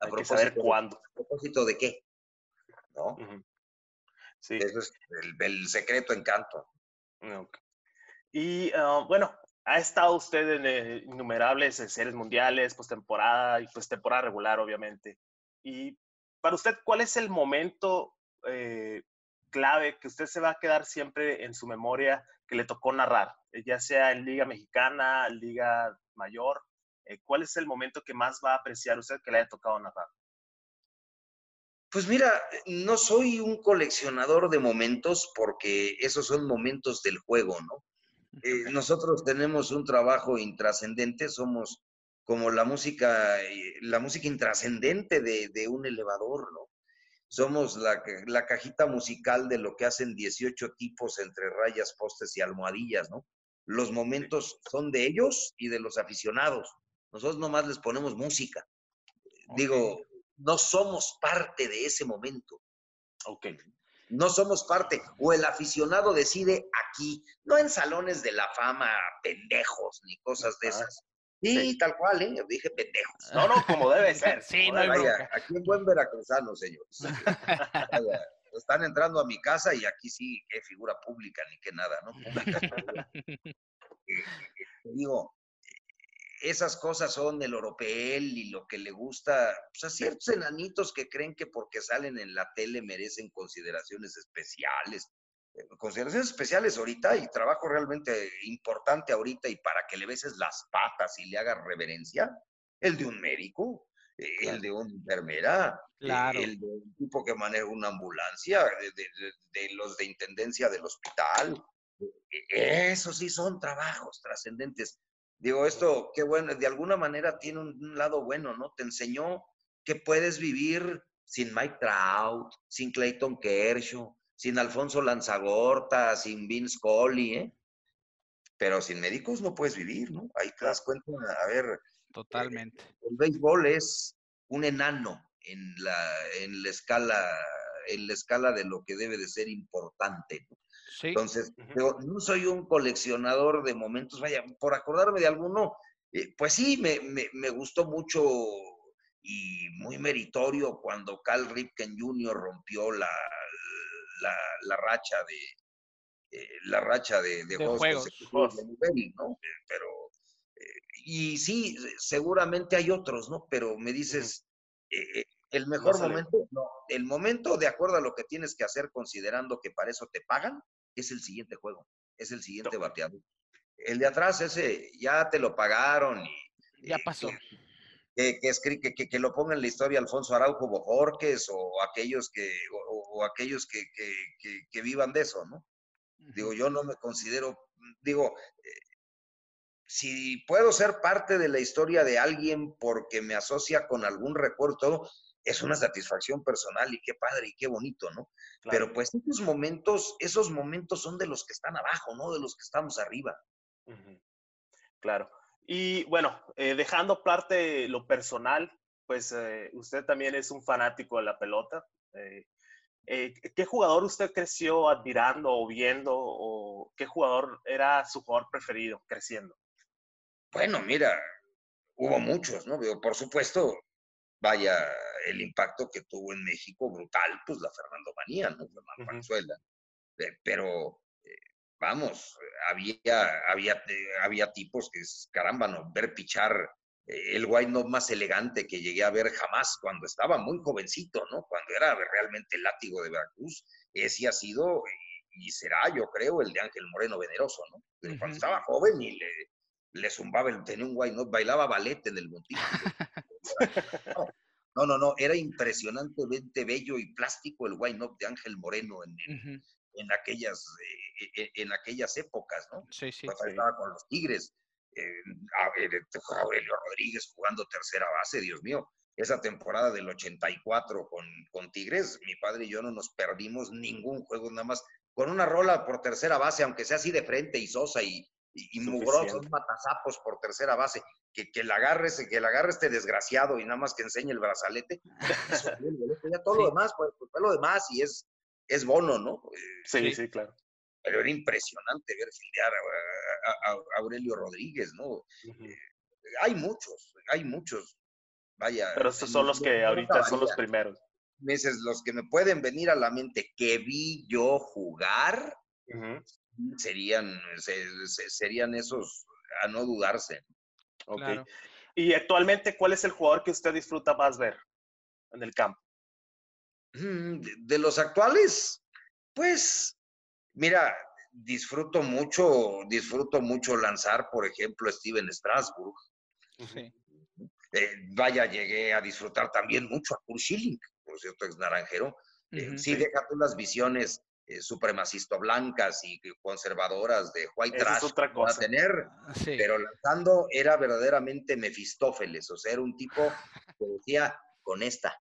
Hay que saber cuándo. ¿A propósito de qué? ¿No? Sí. Eso es el secreto encanto. Okay. Y bueno, ha estado usted en innumerables series mundiales, postemporada y pues temporada regular, obviamente. Y para usted, ¿cuál es el momento clave que usted se va a quedar siempre en su memoria que le tocó narrar? Ya sea en Liga Mexicana, Liga Mayor. ¿Cuál es el momento que más va a apreciar usted que le haya tocado narrar? Pues mira, no soy un coleccionador de momentos porque esos son momentos del juego, ¿no? Nosotros tenemos un trabajo intrascendente, somos como la música intrascendente de un elevador, ¿no? Somos la cajita musical de lo que hacen 18 tipos entre rayas, postes y almohadillas, ¿no? Los momentos son de ellos y de los aficionados. Nosotros nomás les ponemos música. Digo, no somos parte de ese momento. Ok. No somos parte, o el aficionado decide aquí, no en salones de la fama pendejos ni cosas de esas. Sí, tal cual, dije pendejos. No, como debe ser. Sí, no hay bronca. Aquí en buen veracruzano, señores. Vaya, están entrando a mi casa y aquí sí, qué figura pública ni qué nada, ¿no? Pública. Digo, esas cosas son el oropel y lo que le gusta pues, a ciertos enanitos que creen que porque salen en la tele merecen consideraciones especiales. Consideraciones especiales ahorita y trabajo realmente importante ahorita y para que le beses las patas y le hagas reverencia, el de un médico, el de una enfermera, Claro. el de un tipo que maneja una ambulancia, de los de intendencia del hospital. Esos sí son trabajos trascendentes. Digo, esto, qué bueno, de alguna manera tiene un lado bueno, ¿no? Te enseñó que puedes vivir sin Mike Trout, sin Clayton Kershaw, sin Alfonso Lanzagorta, sin Vince Scully, ¿eh? Pero sin médicos no puedes vivir, ¿no? Ahí te das cuenta, a ver. Totalmente. El béisbol es un enano en la escala de lo que debe de ser importante, ¿no? Sí. Entonces, no soy un coleccionador de momentos, vaya, por acordarme de alguno, pues sí, me gustó mucho y muy meritorio cuando Cal Ripken Jr. rompió la racha de juegos consecutivos de nivel, ¿no? Pero, y sí, seguramente hay otros, ¿no? Pero me dices, el mejor momento, no, el momento de acuerdo a lo que tienes que hacer considerando que para eso te pagan, es el siguiente juego, es el siguiente bateador. El de atrás, ese, ya te lo pagaron y ya pasó. Que lo ponga en la historia Alfonso Araujo Bojorques o aquellos que vivan de eso, ¿no? Digo, yo no me considero, digo, si puedo ser parte de la historia de alguien porque me asocia con algún recuerdo, todo, es una satisfacción personal y qué padre y qué bonito, ¿no? Claro. Pero pues esos momentos son de los que están abajo, no de los que estamos arriba. Claro. Y bueno, dejando aparte lo personal, pues usted también es un fanático de la pelota. ¿Qué jugador usted creció admirando o viendo o qué jugador era su jugador preferido creciendo? Bueno, mira, hubo muchos, ¿no? Por supuesto, vaya, el impacto que tuvo en México, brutal, pues la Fernando Manía, ¿no? Fernando Valenzuela. Pero, vamos, había tipos que, caramba, ¿no? Ver pichar el white note más elegante que llegué a ver jamás cuando estaba muy jovencito, ¿no? Cuando era realmente el látigo de Veracruz, ese ha sido y será, yo creo, el de Ángel Moreno Veneroso, ¿no? Pero cuando estaba joven y le zumbaba, tenía un white note, bailaba ballet en el montículo. No, era impresionantemente bello y plástico el white note de Ángel Moreno en aquellas épocas, ¿no? Sí, sí. Estaba con los Tigres, Aurelio Rodríguez jugando tercera base, Dios mío. Esa temporada del 84 con Tigres, mi padre y yo no nos perdimos ningún juego, nada más con una rola por tercera base, aunque sea así de frente y sosa y mugrosos matazapos por tercera base, que la agarre este desgraciado y nada más que enseñe el brazalete. Ya todo lo demás, pues fue lo demás y es bono, ¿no? Sí, claro. Pero era impresionante ver fildear a Aurelio Rodríguez, ¿no? Hay muchos. vaya, Pero estos son los que ahorita son los primeros. Me dices, los que me pueden venir a la mente que vi yo jugar, serían esos a no dudarse. Ok. Claro. Y actualmente, ¿cuál es el jugador que usted disfruta más ver en el campo? De los actuales, pues, mira, disfruto mucho lanzar, por ejemplo, Steven Strasburg. Sí. Vaya, llegué a disfrutar también mucho a Kurt Schilling, por cierto, ex naranjero. Sí, Sí. deja tú las visiones supremacista blancas y conservadoras de white Esa es trash otra que va a cosa. tener, Sí. pero lanzando era verdaderamente Mefistófeles, o sea, era un tipo que decía, con esta,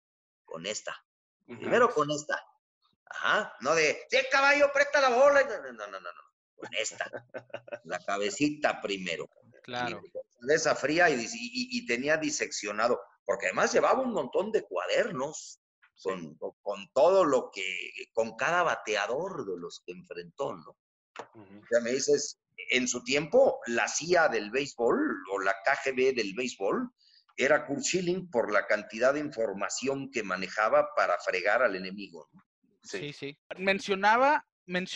primero con esta, ajá, no de, sí, caballo, presta la bola, no, con esta, la cabecita primero. Claro. Y con cabeza fría y tenía diseccionado, porque además llevaba un montón de cuadernos con todo lo que, con cada bateador de los que enfrentó, ¿no? Ya me dices, en su tiempo, la CIA del béisbol o la KGB del béisbol era Kurt Schilling por la cantidad de información que manejaba para fregar al enemigo, ¿no? Sí. Mencionaba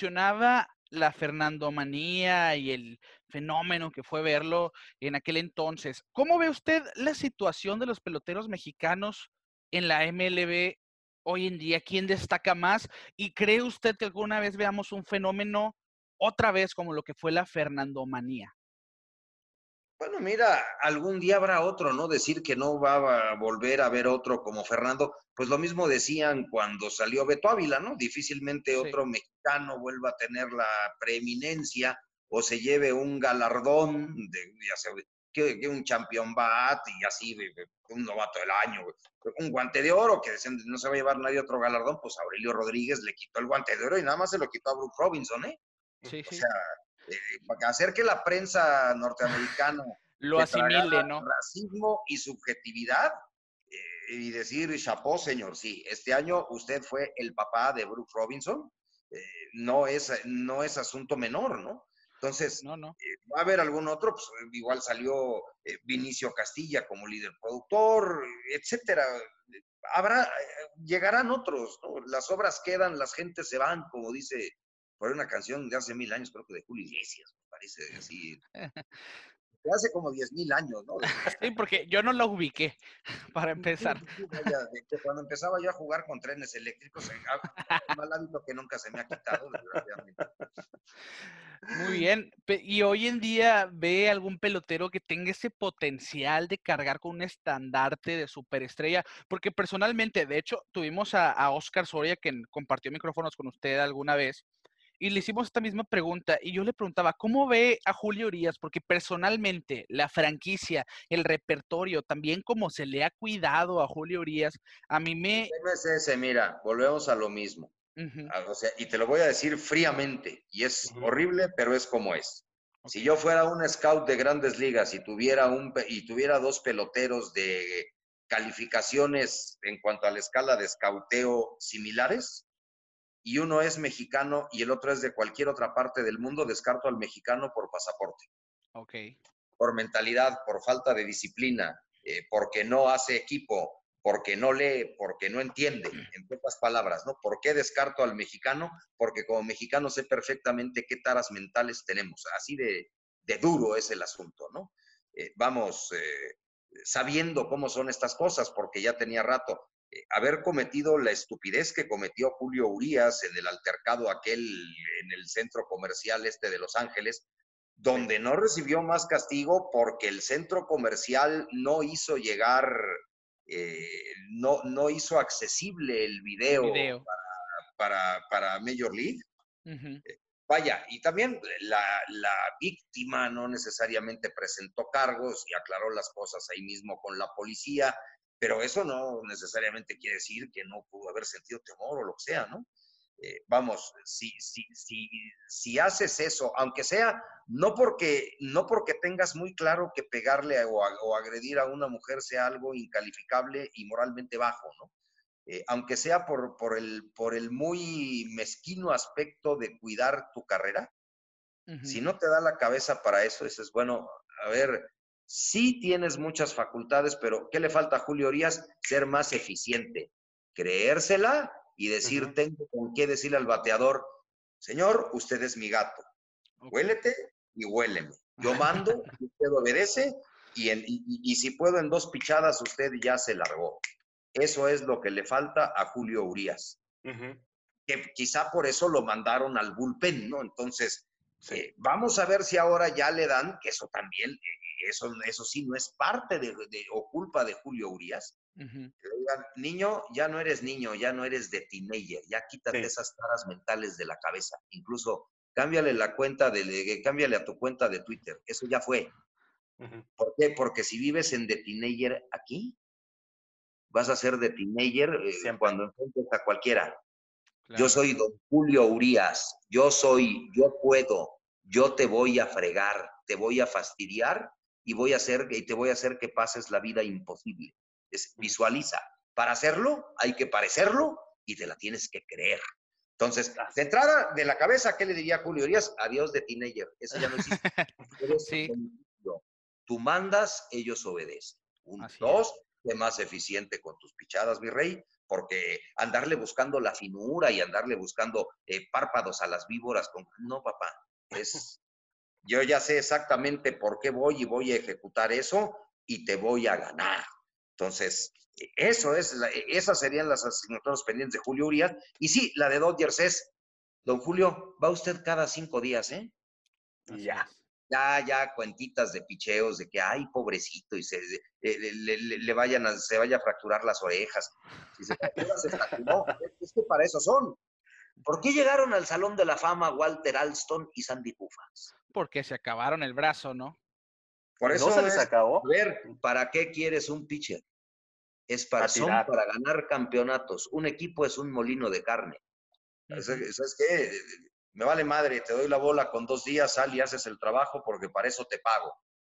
la Fernandomanía y el fenómeno que fue verlo en aquel entonces. ¿Cómo ve usted la situación de los peloteros mexicanos en la MLB hoy en día? ¿Quién destaca más? ¿Y cree usted que alguna vez veamos un fenómeno otra vez como lo que fue la Fernandomanía? Bueno, mira, algún día habrá otro, ¿no? Decir que no va a volver a haber otro como Fernando, pues lo mismo decían cuando salió Beto Ávila, ¿no? Difícilmente Sí. otro mexicano vuelva a tener la preeminencia o se lleve un galardón de, ya sea, que un champion bat y así, un novato del año, un guante de oro, que decían no se va a llevar nadie otro galardón, pues Aurelio Rodríguez le quitó el guante de oro y nada más se lo quitó a Brooke Robinson, ¿eh? Sí. O sea, para hacer que la prensa norteamericana Lo se asimile, tragara ¿no? racismo y subjetividad y decir, chapó, señor, sí, este año usted fue el papá de Brooke Robinson, no es asunto menor, ¿no? Entonces, No. va a haber algún otro, pues igual salió Vinicio Castilla como líder productor, etcétera. Llegarán otros, ¿no? Las obras quedan, las gentes se van, como dice por una canción de hace 1000 años, creo que de Julio Iglesias, me parece así, de hace como 10,000 años, ¿no? Sí, porque yo no lo ubiqué, para empezar. Vaya, cuando empezaba yo a jugar con trenes eléctricos, un mal hábito que nunca se me ha quitado, desgraciadamente. Muy bien. ¿Y hoy en día ve algún pelotero que tenga ese potencial de cargar con un estandarte de superestrella? Porque personalmente, de hecho, tuvimos a Oscar Soria, que compartió micrófonos con usted alguna vez, y le hicimos esta misma pregunta, y yo le preguntaba, ¿cómo ve a Julio Urias? Porque personalmente, la franquicia, el repertorio, también como se le ha cuidado a Julio Urias, a mí me... El tema es ese, mira, volvemos a lo mismo. Ujú. O sea, y te lo voy a decir fríamente, y es horrible, pero es como es. Si yo fuera un scout de Grandes Ligas y tuviera dos peloteros de calificaciones en cuanto a la escala de scouteo similares, y uno es mexicano y el otro es de cualquier otra parte del mundo, descarto al mexicano por pasaporte, Ok. por mentalidad, por falta de disciplina, porque no hace equipo, porque no lee, porque no entiende, en pocas palabras, ¿no? ¿Por qué descarto al mexicano? Porque como mexicano sé perfectamente qué taras mentales tenemos, así de duro es el asunto, ¿no? Vamos, sabiendo cómo son estas cosas, porque ya tenía rato, haber cometido la estupidez que cometió Julio Urías en el altercado aquel en el centro comercial este de Los Ángeles, donde no recibió más castigo porque el centro comercial no hizo llegar, no hizo accesible el El video video. para Major League. Ujú. Vaya, y también la víctima no necesariamente presentó cargos y aclaró las cosas ahí mismo con la policía, pero eso no necesariamente quiere decir que no pudo haber sentido temor o lo que sea, ¿no? Vamos, si haces eso, aunque sea, no porque tengas muy claro que pegarle o agredir a una mujer sea algo incalificable y moralmente bajo, ¿no? Aunque sea por el muy mezquino aspecto de cuidar tu carrera, Ujú. si no te da la cabeza para eso, dices, bueno, a ver, Sí tienes muchas facultades, pero ¿qué le falta a Julio Urias? Ser más eficiente, creérsela y decir, tengo con qué decirle al bateador, señor, usted es mi gato, huélete y huéleme. Yo mando, usted obedece y si puedo en 2 pichadas, usted ya se largó. Eso es lo que le falta a Julio Urias. Que quizá por eso lo mandaron al bullpen, ¿no? Entonces, vamos a ver si ahora ya le dan, que eso también, eso sí no es parte o culpa de Julio Urias. Que le digan, niño, ya no eres niño, ya no eres de teenager, ya quítate esas taras mentales de la cabeza. Incluso cámbiale cámbiale a tu cuenta de Twitter, eso ya fue. ¿Por qué? Porque si vives en de teenager aquí, vas a ser de teenager cuando enfrentes a cualquiera. Claro. Yo soy don Julio Urias, yo puedo, yo te voy a fregar, te voy a fastidiar y te voy a hacer que pases la vida imposible. Visualiza. Para hacerlo hay que parecerlo y te la tienes que creer. Entonces, de entrada, de la cabeza, ¿qué le diría a Julio Urias? Adiós de teenager. Eso ya no existe. Sí. Tú mandas, ellos obedecen. 2, sé más eficiente con tus pichadas, mi rey, porque andarle buscando la finura y andarle buscando párpados a las víboras, no, papá, yo ya sé exactamente por qué voy a ejecutar eso y te voy a ganar. Entonces, esas serían las asignaturas pendientes de Julio Urias. Y sí, la de Dodgers es, don Julio, va usted cada 5 días, ¿eh? Y ya. Ya cuentitas de picheos de que, ay, pobrecito, y se vaya a fracturar las orejas. Si se fractura, se fracturó. Es que para eso son. ¿Por qué llegaron al Salón de la Fama Walter Alston y Sandy Koufax? Porque se acabaron el brazo, ¿no? Por eso ¿No se les acabó? A ver, ¿para qué quieres un pitcher? Para ganar campeonatos. Un equipo es un molino de carne. ¿Sabes qué? Me vale madre, te doy la bola con 2 días, sal y haces el trabajo porque para eso te pago.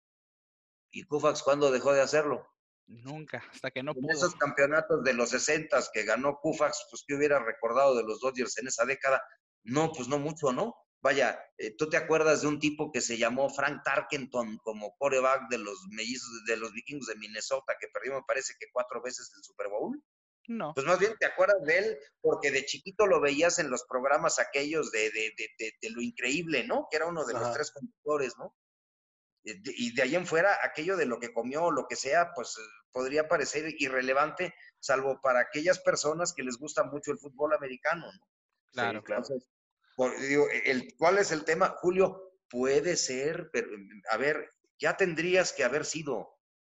¿Y Koufax cuándo dejó de hacerlo? Nunca, hasta que no pudo. En esos campeonatos de los 60 que ganó Koufax, pues ¿qué hubiera recordado de los Dodgers en esa década? No, pues no mucho, ¿no? Vaya, ¿tú te acuerdas de un tipo que se llamó Frank Tarkenton como quarterback de los vikingos de Minnesota que perdió, me parece que 4 veces el Super Bowl? No. Pues más bien te acuerdas de él porque de chiquito lo veías en los programas aquellos de lo increíble, ¿no? Que era uno de los 3 conductores, ¿no? Y de ahí en fuera, aquello de lo que comió o lo que sea, pues podría parecer irrelevante, salvo para aquellas personas que les gusta mucho el fútbol americano, ¿no? Claro, sí, claro. Entonces, digo, ¿cuál es el tema? Julio, puede ser, pero a ver, ya tendrías que haber sido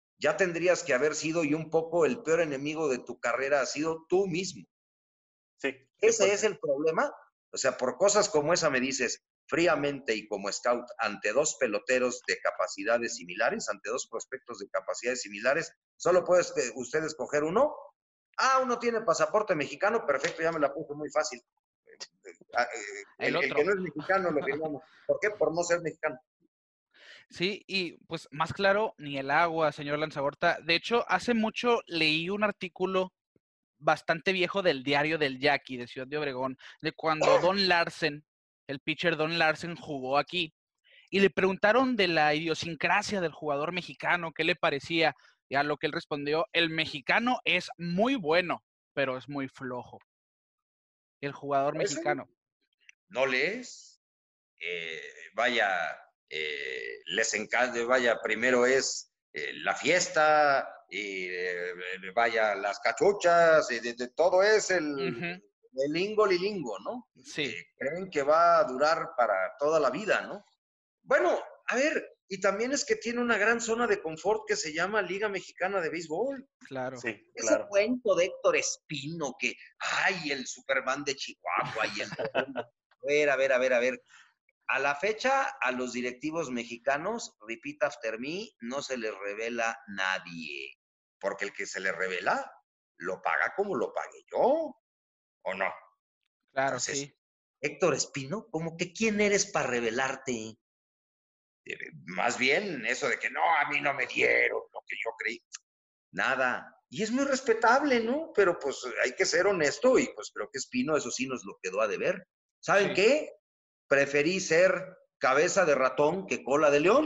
y un poco el peor enemigo de tu carrera ha sido tú mismo. Sí. Ese es el problema. O sea, por cosas como esa me dices, fríamente y como scout, ante 2 peloteros de capacidades similares, ante 2 prospectos de capacidades similares, ¿solo puedes usted escoger uno? Uno tiene pasaporte mexicano, perfecto, ya me la puse muy fácil. El que no es mexicano lo firmamos. ¿Por qué? Por no ser mexicano. Sí, y pues más claro, ni el agua, señor Lanzagorta. De hecho, hace mucho leí un artículo bastante viejo del diario del Yaqui de Ciudad de Obregón, de cuando Don Larsen, el pitcher Don Larsen, jugó aquí. Y le preguntaron de la idiosincrasia del jugador mexicano, qué le parecía, y a lo que él respondió, el mexicano es muy bueno, pero es muy flojo. El jugador mexicano. ¿No lees? Les encanta, primero es la fiesta, vaya, las cachuchas, de todo es el lingo lilingo, ¿no? Sí. Creen que va a durar para toda la vida, ¿no? Bueno, a ver, y también es que tiene una gran zona de confort que se llama Liga Mexicana de Béisbol. Claro. Sí, ese cuento de Héctor Espino que, ay, el Superman de Chihuahua y el... A ver. A la fecha, a los directivos mexicanos, repeat after me, no se les revela nadie. Porque el que se le revela, lo paga como lo pagué yo. ¿O no? Claro, entonces, sí. Héctor Espino, como que ¿quién eres para revelarte? Más bien eso de que no, a mí no me dieron lo que yo creí. Nada. Y es muy respetable, ¿no? Pero pues hay que ser honesto y pues creo que Espino eso sí nos lo quedó a deber. ¿Saben qué? Preferí ser cabeza de ratón que cola de león.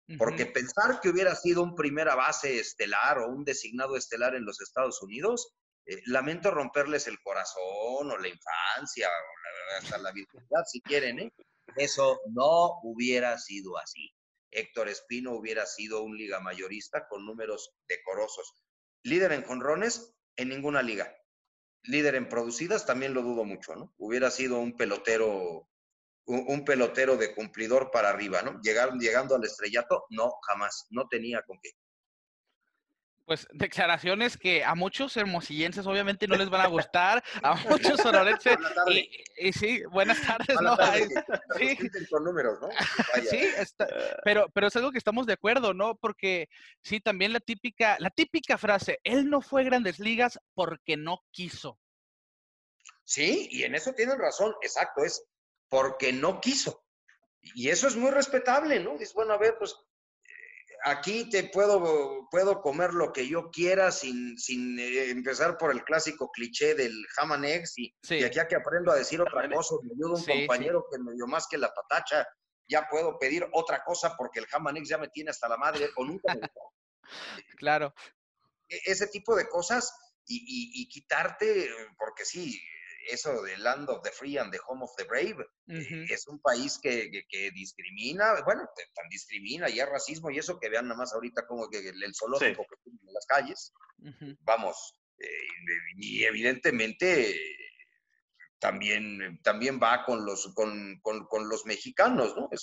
Porque pensar que hubiera sido un primera base estelar o un designado estelar en los Estados Unidos, lamento romperles el corazón o la infancia o hasta la virginidad si quieren, ¿eh? Eso no hubiera sido así. Héctor Espino hubiera sido un liga mayorista con números decorosos. Líder en jonrones en ninguna liga. Líder en producidas también lo dudo mucho, ¿no? Hubiera sido un pelotero de cumplidor para arriba, ¿no? Llegando al estrellato, no, jamás, no tenía con qué. Pues declaraciones que a muchos hermosillenses obviamente no les van a gustar, a muchos sonorenses. Y sí, buenas tardes, ¿no? Sí. Con números, ¿no? Vaya. Sí, pero es algo que estamos de acuerdo, ¿no? Porque sí, también la típica frase, él no fue Grandes Ligas porque no quiso. Sí, y en eso tienen razón, exacto, es porque no quiso. Y eso es muy respetable, ¿no? Dices, bueno, a ver, pues aquí te puedo comer lo que yo quiera sin empezar por el clásico cliché del ham and eggs y aquí a que aprendo a decir otra cosa, me ayuda un compañero que me dio más que la patacha, ya puedo pedir otra cosa porque el ham and eggs ya me tiene hasta la madre o nunca me gustó. Claro. Ese tipo de cosas y quitarte, porque sí, eso de Land of the Free and the Home of the Brave, es un país que discrimina, bueno, tan discrimina y es racismo y eso que vean nada más ahorita como que el zoológico que tienen en las calles, vamos, y evidentemente también va con los mexicanos, ¿no?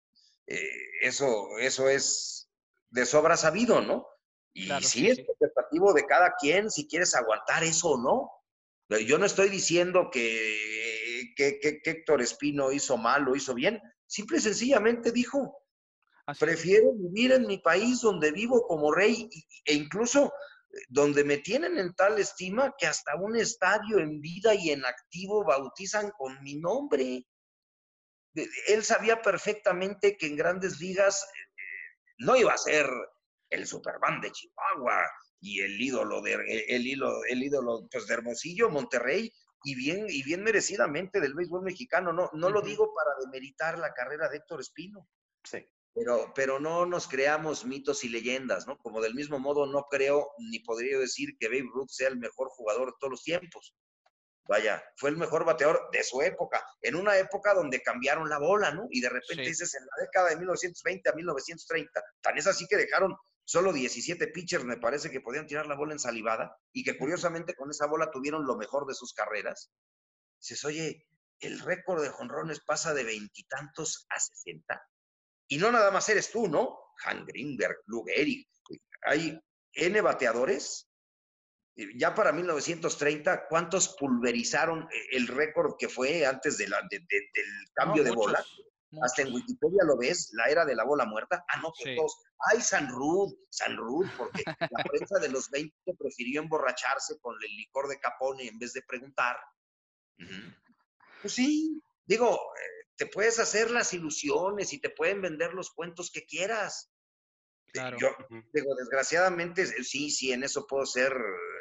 Eso es de sobra sabido, ¿no? Y claro, sí, es interpretativo de cada quien si quieres aguantar eso o no. Yo no estoy diciendo que Héctor Espino hizo mal o hizo bien. Simple y sencillamente dijo, prefiero vivir en mi país donde vivo como rey e incluso donde me tienen en tal estima que hasta un estadio en vida y en activo bautizan con mi nombre. Él sabía perfectamente que en Grandes Ligas no iba a ser el Superman de Chihuahua y el ídolo pues, de Hermosillo, Monterrey, y bien merecidamente del béisbol mexicano. No lo digo para demeritar la carrera de Héctor Espino. Sí. Pero no nos creamos mitos y leyendas, ¿no? Como del mismo modo no creo ni podría decir que Babe Ruth sea el mejor jugador de todos los tiempos. Vaya, fue el mejor bateador de su época, en una época donde cambiaron la bola, ¿no? Y de repente dices, en la década de 1920 a 1930, tan es así que dejaron solo 17 pitchers, me parece, que podían tirar la bola ensalivada y que curiosamente con esa bola tuvieron lo mejor de sus carreras. Dices, oye, el récord de jonrones pasa de 20 y tantos a 60. Y no nada más eres tú, ¿no? Han Greenberg, Lou Gehrig. Hay N bateadores. Ya para 1930, ¿cuántos pulverizaron el récord que fue antes del cambio de bola? Hasta en Wikipedia lo ves, la era de la bola muerta. No, pues todos. ¡Ay, San Ruth! Porque la prensa de los 20 prefirió emborracharse con el licor de Capone en vez de preguntar. Pues sí, digo, te puedes hacer las ilusiones y te pueden vender los cuentos que quieras. Claro. Yo digo, desgraciadamente, sí, en eso puedo ser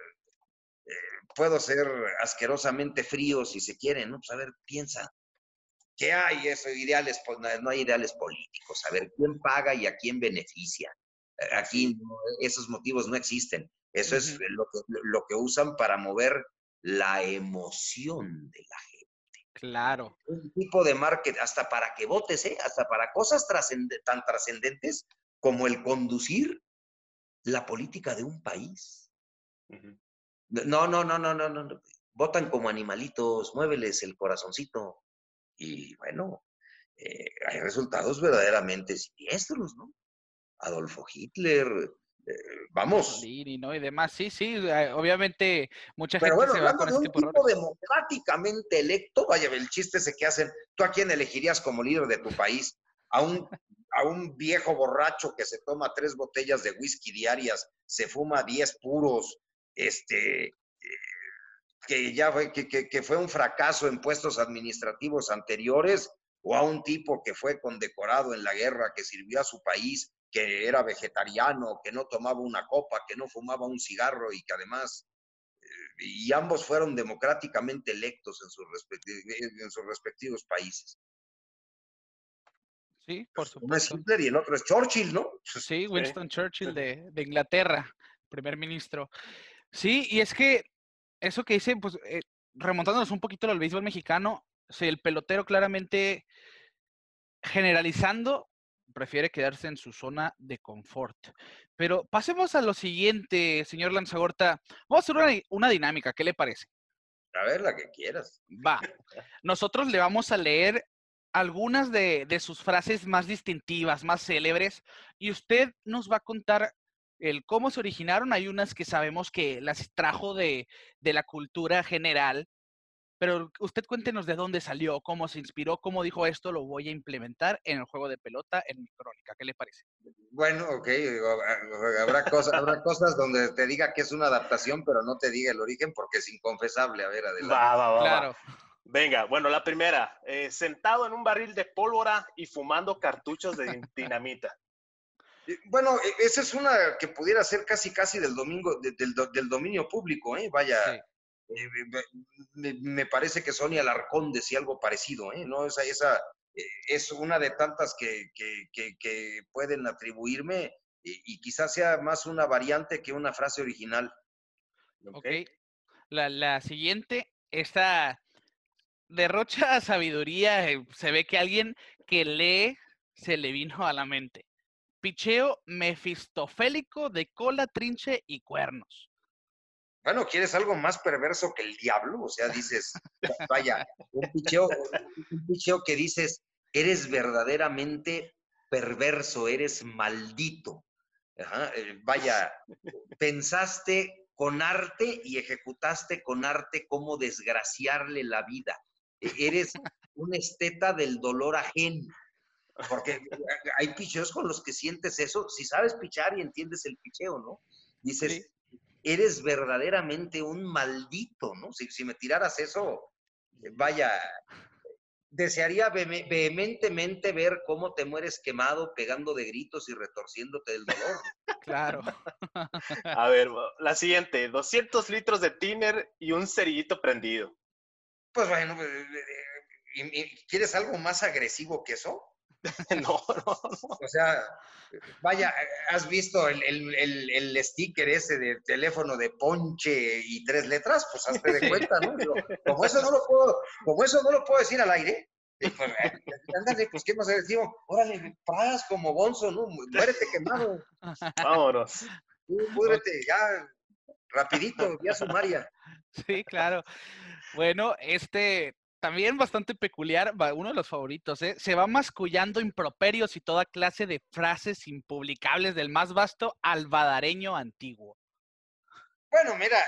asquerosamente frío si se quiere, ¿no? Pues a ver, piensa. ¿Qué hay? Eso, ideales, pues no hay ideales políticos. A ver, ¿quién paga y a quién beneficia? Aquí esos motivos no existen. Eso es lo que usan para mover la emoción de la gente. Claro. Un tipo de marketing, hasta para que votes, hasta para cosas tan trascendentes como el conducir la política de un país. No. Votan como animalitos, muéveles el corazoncito. Y bueno, hay resultados verdaderamente siniestros, ¿no? Adolfo Hitler, vamos. ¿No? Y demás, sí, obviamente mucha pero gente bueno, se va con ese tipo de errores. Democráticamente electo, vaya, el chiste ese que hacen, ¿tú a quién elegirías como líder de tu país? A un viejo borracho que se toma 3 botellas de whisky diarias, se fuma 10 puros, que ya fue un fracaso en puestos administrativos anteriores, o a un tipo que fue condecorado en la guerra, que sirvió a su país, que era vegetariano, que no tomaba una copa, que no fumaba un cigarro y que además, y ambos fueron democráticamente electos en sus respectivos países. Sí, por Uno es supuesto. Hitler y el otro es Churchill, ¿no? Sí, Winston Churchill de Inglaterra, primer ministro. Sí, y es que eso que dice, pues remontándonos un poquito al béisbol mexicano, sí, el pelotero claramente generalizando prefiere quedarse en su zona de confort. Pero pasemos a lo siguiente, señor Lanzagorta. Vamos a hacer una dinámica, ¿qué le parece? A ver, la que quieras. Va. Nosotros le vamos a leer algunas de sus frases más distintivas, más célebres, y usted nos va a contar el cómo se originaron. Hay unas que sabemos que las trajo de la cultura general, pero usted cuéntenos de dónde salió, cómo se inspiró, cómo dijo esto, lo voy a implementar en el juego de pelota en mi crónica. ¿Qué le parece? Bueno, ok, digo, habrá cosas donde te diga que es una adaptación, pero no te diga el origen porque es inconfesable. A ver, adelante. Va. Claro. Venga, bueno, la primera. Sentado en un barril de pólvora y fumando cartuchos de dinamita. Bueno, esa es una que pudiera ser casi del del dominio público, ¿eh? Vaya, Sí. me parece que Sonia Alarcón decía algo parecido, ¿eh? ¿No? Esa es una de tantas que pueden atribuirme y quizás sea más una variante que una frase original. Ok. La siguiente, esta derrocha sabiduría. Se ve que alguien que lee se le vino a la mente. Picheo mefistofélico de cola, trinche y cuernos. Bueno, ¿quieres algo más perverso que el diablo? O sea, dices, vaya, un picheo que dices, eres verdaderamente perverso, eres maldito. Ajá, vaya, pensaste con arte y ejecutaste con arte cómo desgraciarle la vida. Eres un esteta del dolor ajeno. Porque hay picheos con los que sientes eso. Si sabes pichar y entiendes el picheo, ¿no? Dices, Sí. eres verdaderamente un maldito, ¿no? Si me tiraras eso, vaya, desearía vehementemente ver cómo te mueres quemado, pegando de gritos y retorciéndote del dolor. Claro. A ver, la siguiente. 200 litros de tiner y un cerillito prendido. Pues bueno, ¿quieres algo más agresivo que eso? No. O sea, vaya, ¿has visto el sticker ese de teléfono de ponche y 3 letras? Pues hazte de cuenta, ¿no? Pero, como eso no lo puedo decir al aire, pues, ándale, pues, ¿qué más agresivo? Órale, paras como bonzo, ¿no? Muérete quemado. Vámonos. Púdrete, ya, rapidito, vía sumaria. Sí, claro. Bueno, también bastante peculiar, uno de los favoritos, ¿eh? Se va mascullando improperios y toda clase de frases impublicables del más vasto albadareño antiguo. Bueno, mira,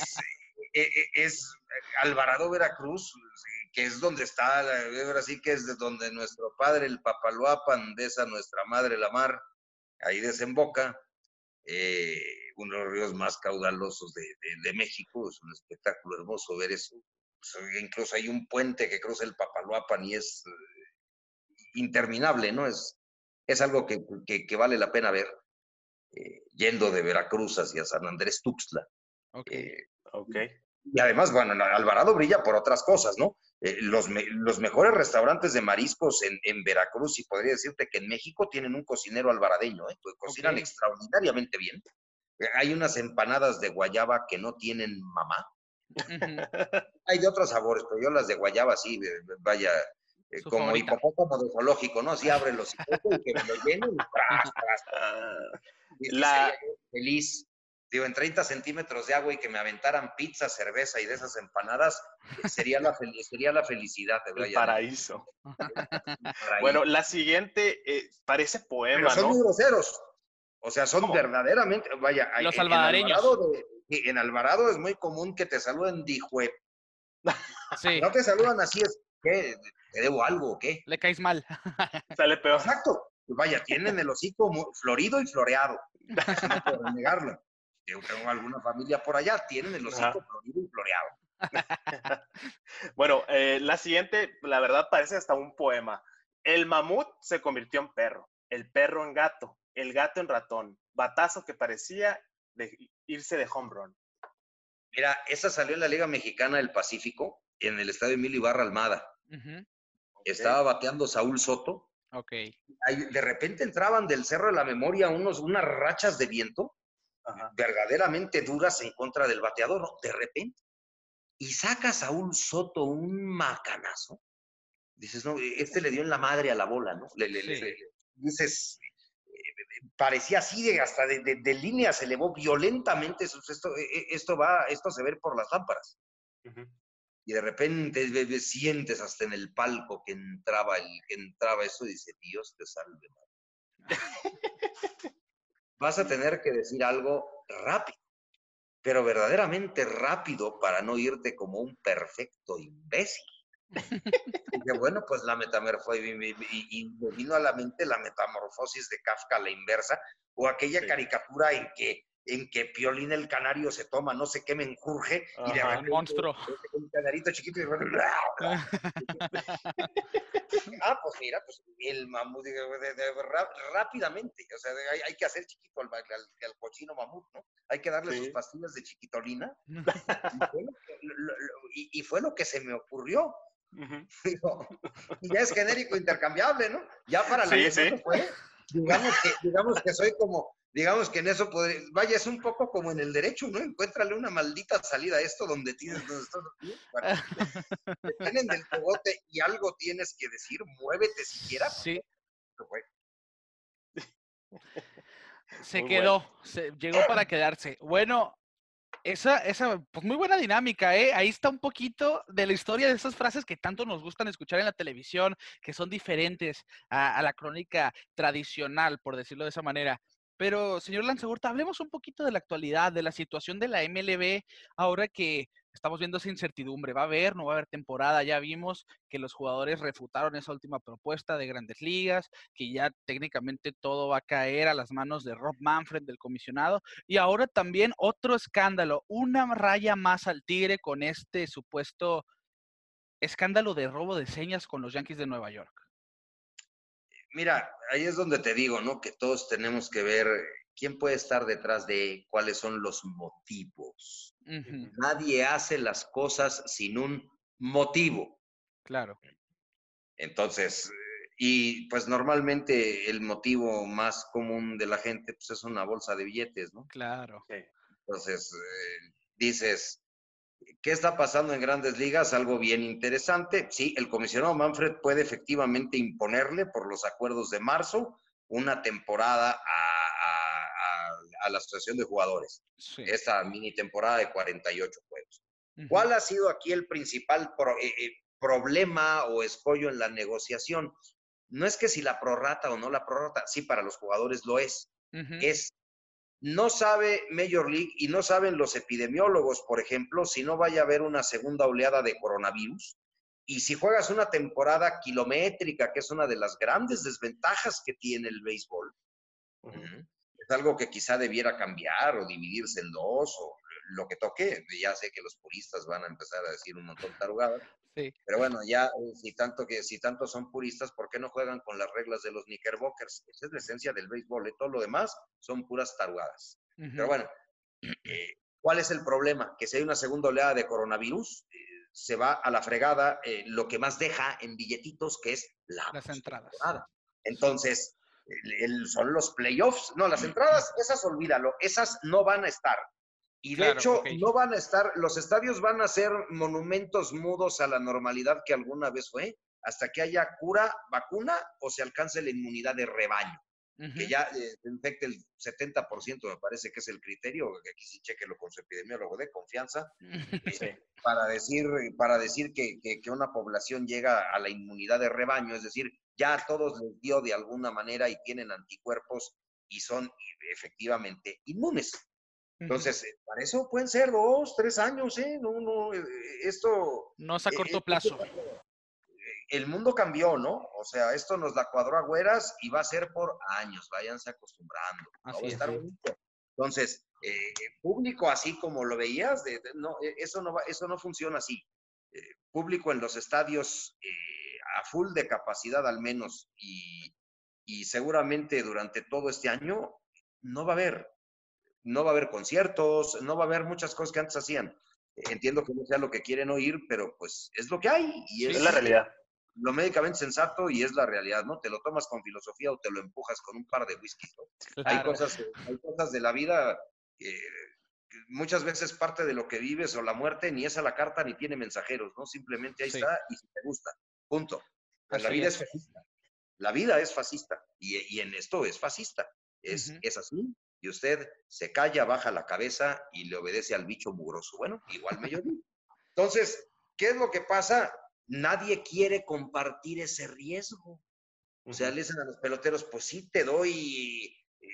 es Alvarado, Veracruz, que es donde está, ahora sí que es de donde nuestro padre, el Papaloapan, de esa nuestra madre, la mar, ahí desemboca, uno de los ríos más caudalosos de México. Es un espectáculo hermoso ver eso. Incluso hay un puente que cruza el Papaloapan y es interminable, ¿no? Es algo que vale la pena ver, yendo de Veracruz hacia San Andrés Tuxtla. Ok. Ok. Y además, bueno, Alvarado brilla por otras cosas, ¿no? Los mejores restaurantes de mariscos en Veracruz, y podría decirte que en México tienen un cocinero alvaradeño, ¿eh? Pues cocinan Ok. extraordinariamente bien. Hay unas empanadas de guayaba que no tienen mamá. Hay de otros sabores, pero yo las de guayaba sí, vaya, Su como favorita. hipopótamo de zoológico, ¿no? Así abre los hijos y que me lo llenen y tras. Y sería yo feliz. Digo, en 30 centímetros de agua y que me aventaran pizza, cerveza y de esas empanadas, sería la felicidad. De El Brian. paraíso. Bueno, la siguiente parece poema, pero son ¿no? muy groseros. O sea, son ¿Cómo? verdaderamente, vaya, Los albadareños. En Alvarado es muy común que te saluden dijue. Sí. No te saludan así, es, ¿qué? ¿Te debo algo o qué? Le caes mal. Sale peor. Exacto. Vaya, tienen el hocico florido y floreado. Eso no puedo negarlo. Yo tengo alguna familia por allá, tienen el hocico florido y floreado. Bueno, la siguiente, la verdad, parece hasta un poema. El mamut se convirtió en perro, el perro en gato, el gato en ratón, batazo que parecía irse de home run. Mira, esa salió en la Liga Mexicana del Pacífico, en el estadio Emilio Ibarra Almada. Uh-huh. Estaba bateando Saúl Soto Ok. De repente entraban del Cerro de la Memoria unas rachas de viento verdaderamente duras en contra del bateador, ¿no? De repente. Y sacas a un Soto un macanazo. Dices, no, este le dio en la madre a la bola, ¿no? Dices, parecía así, hasta de línea se elevó violentamente. Esto se ve por las lámparas. Y de repente sientes hasta en el palco que entraba eso y dice, Dios te salve, madre. Vas a tener que decir algo rápido, pero verdaderamente rápido para no irte como un perfecto imbécil. Y que bueno, pues la metamorfosis, y me vino a la mente la metamorfosis de Kafka a la inversa, o aquella caricatura en que Piolín el canario se toma no sé qué menjurje, y de repente un monstruo. el canarito chiquito y pues mira, pues el mamut rápidamente, o sea, hay que hacer chiquito al cochino mamut, ¿no? Hay que darle sus pastillas de chiquitolina. Y fue lo que se me ocurrió. Y ya es genérico intercambiable, ¿no? Ya para la que no se puede, digamos que soy como, digamos que en eso podría, vaya, es un poco como en el derecho, ¿no? Encuéntrale una maldita salida a esto donde estás te tienen del cogote y algo tienes que decir, muévete siquiera. Sí. Se Muy quedó, llegó para quedarse. Bueno, esa, pues muy buena dinámica, ¿eh? Ahí está un poquito de la historia de esas frases que tanto nos gustan escuchar en la televisión, que son diferentes a la crónica tradicional, por decirlo de esa manera. Pero, señor Lanzagorta, hablemos un poquito de la actualidad, de la situación de la MLB, ahora que estamos viendo esa incertidumbre. ¿Va a haber, no va a haber temporada? Ya vimos que los jugadores refutaron esa última propuesta de Grandes Ligas, que ya técnicamente todo va a caer a las manos de Rob Manfred, del comisionado. Y ahora también otro escándalo, una raya más al tigre con este supuesto escándalo de robo de señas con los Yankees de Nueva York. Mira, ahí es donde te digo, ¿no? Que todos tenemos que ver quién puede estar detrás de cuáles son los motivos. Nadie hace las cosas sin un motivo. Claro. Entonces, y pues normalmente el motivo más común de la gente pues es una bolsa de billetes, ¿no? Claro. Entonces, dices, ¿qué está pasando en Grandes Ligas? Algo bien interesante. Sí, el comisionado Manfred puede efectivamente imponerle por los acuerdos de marzo una temporada a la asociación de jugadores. Sí. Esta mini temporada de 48 juegos. ¿Cuál ha sido aquí el principal problema o escollo en la negociación? No es que si la prorrata o no la prorrata, sí, para los jugadores lo es. Es no sabe Major League y no saben los epidemiólogos, por ejemplo, si no vaya a haber una segunda oleada de coronavirus. Y si juegas una temporada kilométrica, que es una de las grandes desventajas que tiene el béisbol, es algo que quizá debiera cambiar o dividirse en dos o lo que toque. Ya sé que los puristas van a empezar a decir un montón de tarugadas. Sí. Pero bueno, ya si tanto son puristas, ¿por qué no juegan con las reglas de los Knickerbockers? Esa es la esencia del béisbol, y todo lo demás son puras tarugadas. Pero bueno, ¿cuál es el problema? Que si hay una segunda oleada de coronavirus, se va a la fregada lo que más deja en billetitos, que es las entradas. Entonces, son los playoffs. No, las entradas, esas olvídalo, esas no van a estar. Y de hecho, no van a estar, los estadios van a ser monumentos mudos a la normalidad que alguna vez fue, hasta que haya cura, vacuna o se alcance la inmunidad de rebaño. Que ya se infecte el 70%, me parece que es el criterio, que aquí sí chequelo con su epidemiólogo de confianza, para decir que una población llega a la inmunidad de rebaño, es decir, ya a todos les dio de alguna manera y tienen anticuerpos y son efectivamente inmunes. Entonces, para eso pueden ser 2, 3 años, ¿eh? Esto... No es a corto plazo. El mundo cambió, ¿no? O sea, esto nos la cuadró Agüeras y va a ser por años, váyanse acostumbrando. No va a estar bonito. Entonces, público así como lo veías, no, eso no funciona así. Público en los estadios a full de capacidad al menos y seguramente durante todo este año no va a haber conciertos, no va a haber muchas cosas que antes hacían. Entiendo que no sea lo que quieren oír, pero pues es lo que hay. Y es la realidad. lo médicamente sensato y es la realidad, ¿no? Te lo tomas con filosofía o te lo empujas con un par de whisky, ¿no? Claro. Hay cosas de la vida que muchas veces parte de lo que vives o la muerte ni es a la carta ni tiene mensajeros, ¿no? Simplemente ahí Sí. está y si te gusta, punto. Pues la Así vida es. es fascista. La vida es fascista y en esto es fascista. Es así. Y usted se calla, baja la cabeza y le obedece al bicho mugroso. Bueno, igual me yo digo. Entonces, ¿qué es lo que pasa? Nadie quiere compartir ese riesgo. O sea, le dicen a los peloteros, pues sí, te doy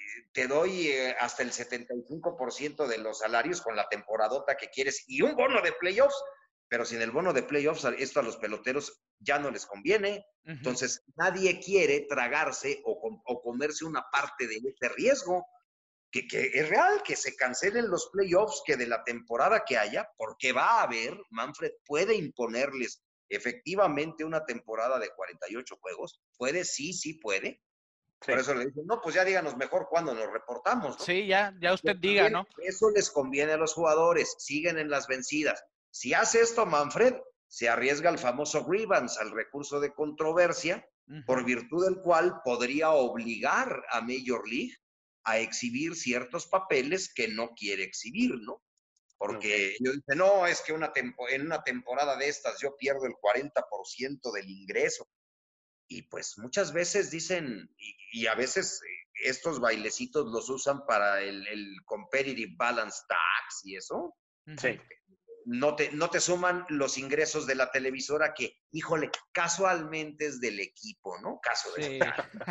hasta el 75% de los salarios con la temporadota que quieres y un bono de playoffs, pero sin el bono de playoffs, esto a los peloteros ya no les conviene. Entonces, nadie quiere tragarse o comerse una parte de este riesgo, que es real, que se cancelen los playoffs, que de la temporada que haya, porque va a haber, Manfred puede imponerles efectivamente una temporada de 48 juegos. ¿Puede? Sí puede. Sí. Por eso le dicen, no, pues ya díganos mejor cuándo nos reportamos, ¿no? Sí, ya usted diga, ¿no? Eso les conviene a los jugadores, siguen en las vencidas. Si hace esto Manfred, se arriesga al famoso grievance, al recurso de controversia, por virtud del cual podría obligar a Major League a exhibir ciertos papeles que no quiere exhibir, ¿no? Porque yo dice, no, es que en una temporada de estas yo pierdo el 40% del ingreso. Y pues muchas veces dicen, y a veces estos bailecitos los usan para el Competitive Balance Tax y eso. Sí. No te suman los ingresos de la televisora que, híjole, casualmente es del equipo, ¿no? Casualmente.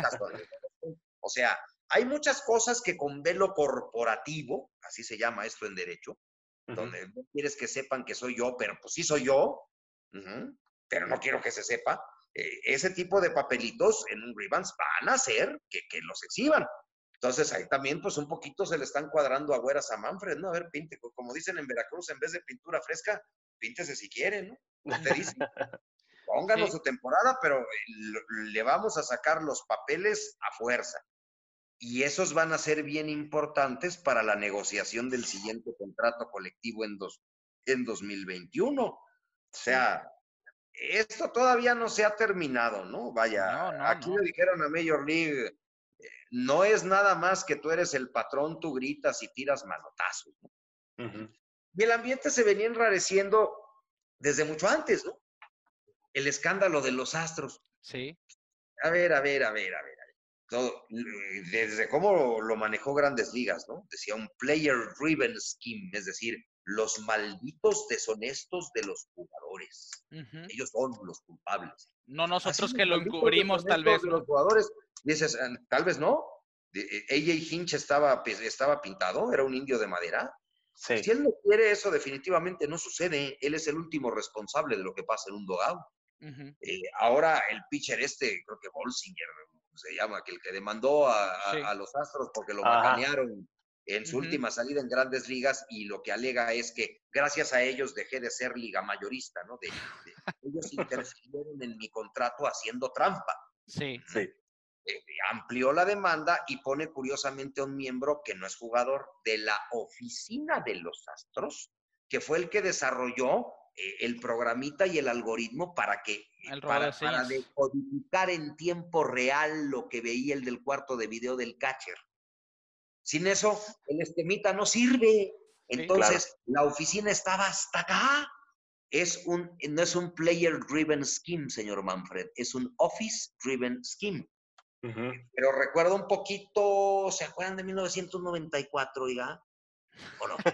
O sea, hay muchas cosas que con velo corporativo, así se llama esto en derecho, donde no quieres que sepan que soy yo, pero pues sí soy yo, pero no quiero que se sepa. Ese tipo de papelitos en un grievance van a hacer que los exhiban. Entonces ahí también pues un poquito se le están cuadrando agüeras a Manfred, ¿no? A ver, pinte, como dicen en Veracruz, en vez de pintura fresca, píntese si quiere, ¿no? Usted dice, pónganos su temporada, pero le vamos a sacar los papeles a fuerza. Y esos van a ser bien importantes para la negociación del siguiente contrato colectivo en 2021. O sea, esto todavía no se ha terminado, ¿no? Vaya, aquí le dijeron a Major League, no es nada más que tú eres el patrón, tú gritas y tiras manotazos, ¿no? Y el ambiente se venía enrareciendo desde mucho antes, ¿no? El escándalo de los Astros. Sí. A ver. Todo, desde cómo lo manejó Grandes Ligas, ¿no? Decía un player-driven scheme, es decir, los malditos deshonestos de los jugadores. Ellos son los culpables. No nosotros que lo encubrimos, tal vez, ¿no? Los jugadores, dices, tal vez no. AJ Hinch estaba pintado, era un indio de madera. Sí. Si él no quiere, eso definitivamente no sucede. Él es el último responsable de lo que pasa en un dugout. Ahora el pitcher creo que Bolsinger se llama, que el que demandó a los Astros porque lo macanearon en su última salida en Grandes Ligas, y lo que alega es que gracias a ellos dejé de ser liga mayorista, ¿no? Ellos interfirieron en mi contrato haciendo trampa. Sí. Amplió la demanda y pone curiosamente a un miembro que no es jugador de la oficina de los Astros, que fue el que desarrolló el programita y el algoritmo para decodificar en tiempo real lo que veía el del cuarto de video del catcher. Sin eso, el esquemita no sirve. Entonces, la oficina estaba hasta acá. No es un player-driven scheme, señor Manfred, es un office-driven scheme. Pero recuerdo un poquito, ¿se acuerdan de 1994, oiga? ¿O no?